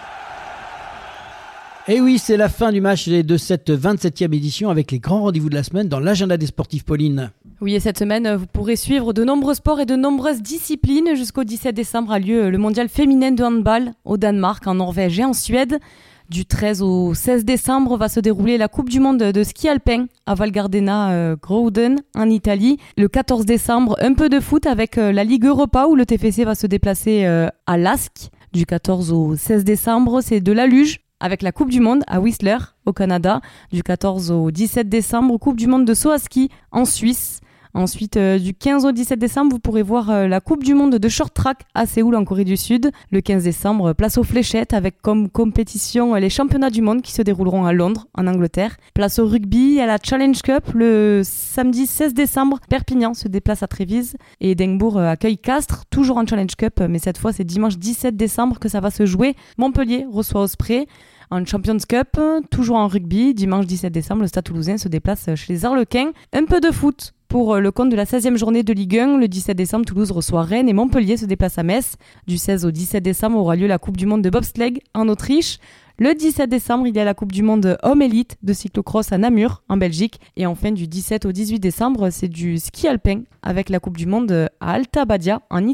Speaker 2: Et oui, c'est la fin du match de cette 27e édition avec les grands rendez-vous de la semaine dans l'agenda des sportifs, Pauline.
Speaker 3: Oui, et cette semaine, vous pourrez suivre de nombreux sports et de nombreuses disciplines. Jusqu'au 17 décembre a lieu le mondial féminin de handball au Danemark, en Norvège et en Suède. Du 13 au 16 décembre va se dérouler la Coupe du monde de ski alpin à Val Gardena Grouden en Italie. Le 14 décembre, un peu de foot avec la Ligue Europa où le TFC va se déplacer à Lask. Du 14 au 16 décembre, c'est de la luge avec la Coupe du monde à Whistler au Canada. Du 14 au 17 décembre, Coupe du monde de saut à ski en Suisse. Ensuite, du 15 au 17 décembre, vous pourrez voir la Coupe du monde de short track à Séoul en Corée du Sud. Le 15 décembre, place aux fléchettes avec comme compétition les championnats du monde qui se dérouleront à Londres, en Angleterre. Place au rugby, à la Challenge Cup. Le samedi 16 décembre, Perpignan se déplace à Trévise et Édimbourg accueille Castres, toujours en Challenge Cup, mais cette fois c'est dimanche 17 décembre que ça va se jouer. Montpellier reçoit Osprey. En Champions Cup, toujours en rugby, dimanche 17 décembre, le Stade Toulousain se déplace chez les Arlequins. Un peu de foot pour le compte de la 16e journée de Ligue 1. Le 17 décembre, Toulouse reçoit Rennes et Montpellier se déplace à Metz. Du 16 au 17 décembre aura lieu la Coupe du monde de bobsleigh en Autriche. Le 17 décembre, il y a la Coupe du monde homme élite de cyclocross à Namur, en Belgique. Et enfin, du 17 au 18 décembre, c'est du ski alpin avec la Coupe du monde à Alta Badia, en Italie.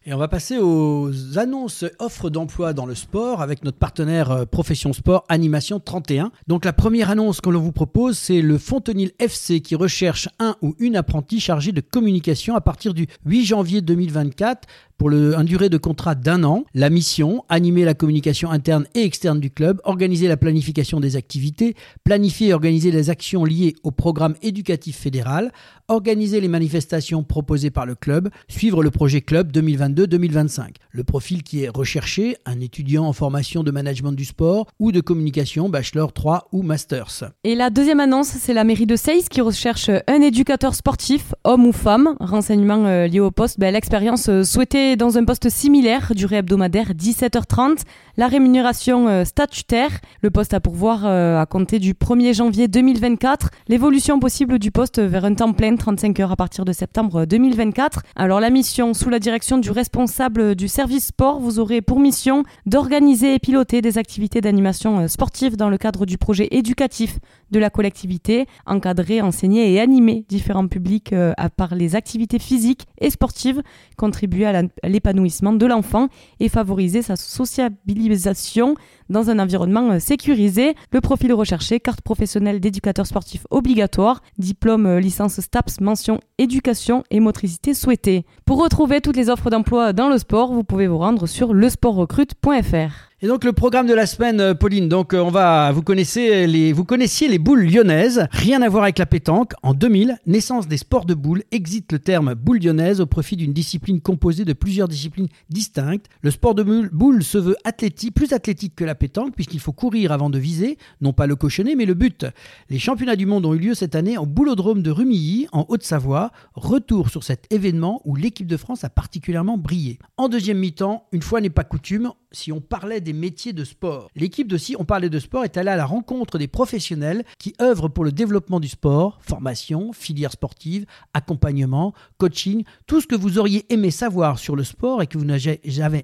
Speaker 2: Et on va passer aux annonces offres d'emploi dans le sport avec notre partenaire Profession Sport Animation 31. Donc la première annonce que l'on vous propose, c'est le Fontenil FC qui recherche un ou une apprentie chargée de communication à partir du 8 janvier 2024 pour une durée de contrat d'1 an. La mission, animer la communication interne et externe du club, organiser la planification des activités, planifier et organiser les actions liées au programme éducatif fédéral, organiser les manifestations proposées par le club, suivre le projet club 2022-2025. Le profil qui est recherché, un étudiant en formation de management du sport ou de communication, bachelor 3 ou masters.
Speaker 3: Et la deuxième annonce, c'est la mairie de Seyss qui recherche un éducateur sportif, homme ou femme. Renseignements liés au poste, l'expérience souhaitée dans un poste similaire, durée hebdomadaire 17h30, la rémunération statutaire, le poste à pourvoir à compter du 1er janvier 2024, l'évolution possible du poste vers un temps plein, 35 heures à partir de septembre 2024. Alors la mission, sous la direction du responsable du service sport, vous aurez pour mission d'organiser et piloter des activités d'animation sportive dans le cadre du projet éducatif de la collectivité, encadrer, enseigner et animer différents publics par les activités physiques et sportives, contribuer à l'épanouissement de l'enfant et favoriser sa sociabilisation dans un environnement sécurisé. Le profil recherché, carte professionnelle d'éducateur sportif obligatoire, diplôme licence STAPS, mention éducation et motricité souhaitée. Pour retrouver toutes les offres d'emploi dans le sport, vous pouvez vous rendre sur lesportrecrute.fr.
Speaker 2: Et donc le programme de la semaine, Pauline, donc vous connaissiez les boules lyonnaises, rien à voir avec la pétanque. En 2000, naissance des sports de boules, existe le terme boule lyonnaise au profit d'une discipline composée de plusieurs disciplines distinctes. Le sport de boule se veut plus athlétique que la pétanque puisqu'il faut courir avant de viser, non pas le cochonnet mais le but. Les championnats du monde ont eu lieu cette année au boulodrome de Rumilly, en Haute-Savoie. Retour sur cet événement où l'équipe de France a particulièrement brillé. En deuxième mi-temps, une fois n'est pas coutume, si on parlait des métiers de sport. L'équipe de Si on parlait de sport est allée à la rencontre des professionnels qui œuvrent pour le développement du sport, formation, filière sportive, accompagnement, coaching, tout ce que vous auriez aimé savoir sur le sport et que vous n'avez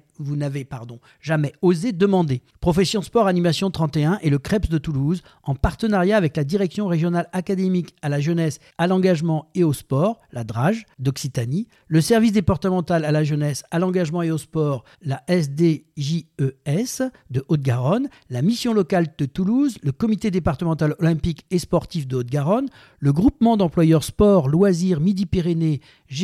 Speaker 2: jamais osé demander. Profession Sport Animation 31 et le CREPS de Toulouse, en partenariat avec la Direction régionale académique à la jeunesse, à l'engagement et au sport, la DRAGE d'Occitanie, le service départemental à la jeunesse, à l'engagement et au sport, la SDJES de Haute-Garonne, la mission locale de Toulouse, le comité départemental olympique et sportif de Haute-Garonne, le groupement d'employeurs sport, loisirs Midi-Pyrénées,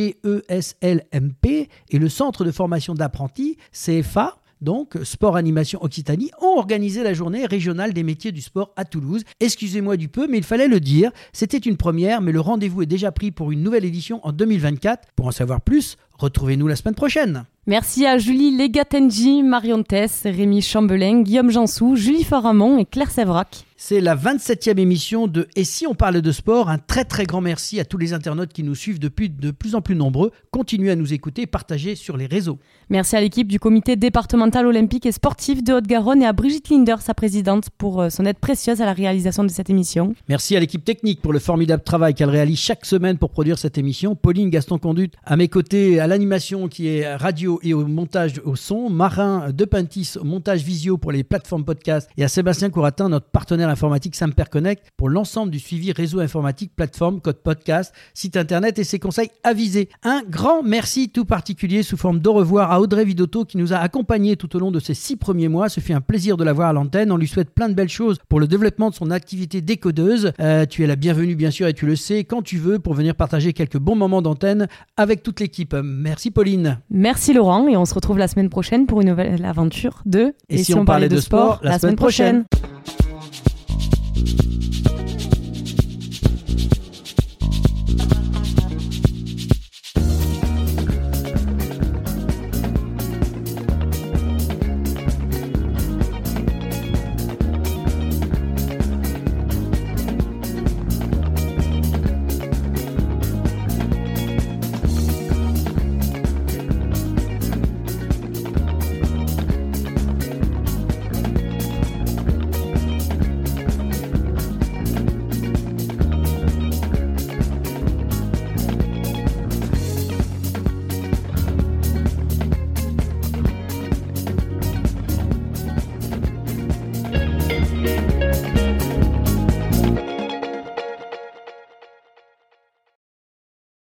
Speaker 2: GESLMP et le centre de formation d'apprentis, CFA, donc Sport Animation Occitanie, ont organisé la journée régionale des métiers du sport à Toulouse. Excusez-moi du peu, mais il fallait le dire. C'était une première, mais le rendez-vous est déjà pris pour une nouvelle édition en 2024. Pour en savoir plus, retrouvez-nous la semaine prochaine.
Speaker 3: Merci à Julie Legatenji, Marion Tess, Rémi Chambelin, Guillaume Jansou, Julie Faramont et Claire Sévrac.
Speaker 2: C'est la 27e émission de Et si on parlait de sport. Un très très grand merci à tous les internautes qui nous suivent depuis de plus en plus nombreux. Continuez à nous écouter et partager sur les réseaux.
Speaker 3: Merci à l'équipe du comité départemental olympique et sportif de Haute-Garonne et à Brigitte Linder, sa présidente, pour son aide précieuse à la réalisation de cette émission.
Speaker 2: Merci à l'équipe technique pour le formidable travail qu'elle réalise chaque semaine pour produire cette émission. Pauline Gaston-Conduite à mes côtés à l'animation qui est radio et au montage au son. Marin Depintis au montage visio pour les plateformes podcast. Et à Sébastien Couratin, notre partenaire informatique Samper Connect pour l'ensemble du suivi réseau informatique, plateforme, code podcast, site internet et ses conseils avisés. Un grand merci tout particulier sous forme d'au revoir à Audrey Vidotto qui nous a accompagnés tout au long de ces 6 premiers mois. Ce fut un plaisir de la voir à l'antenne. On lui souhaite plein de belles choses pour le développement de son activité décodeuse. Tu es la bienvenue bien sûr et tu le sais quand tu veux pour venir partager quelques bons moments d'antenne avec toute l'équipe. Merci Pauline.
Speaker 3: Merci Laurent et on se retrouve la semaine prochaine pour une nouvelle aventure de
Speaker 2: Et si on parlait de sport la semaine prochaine.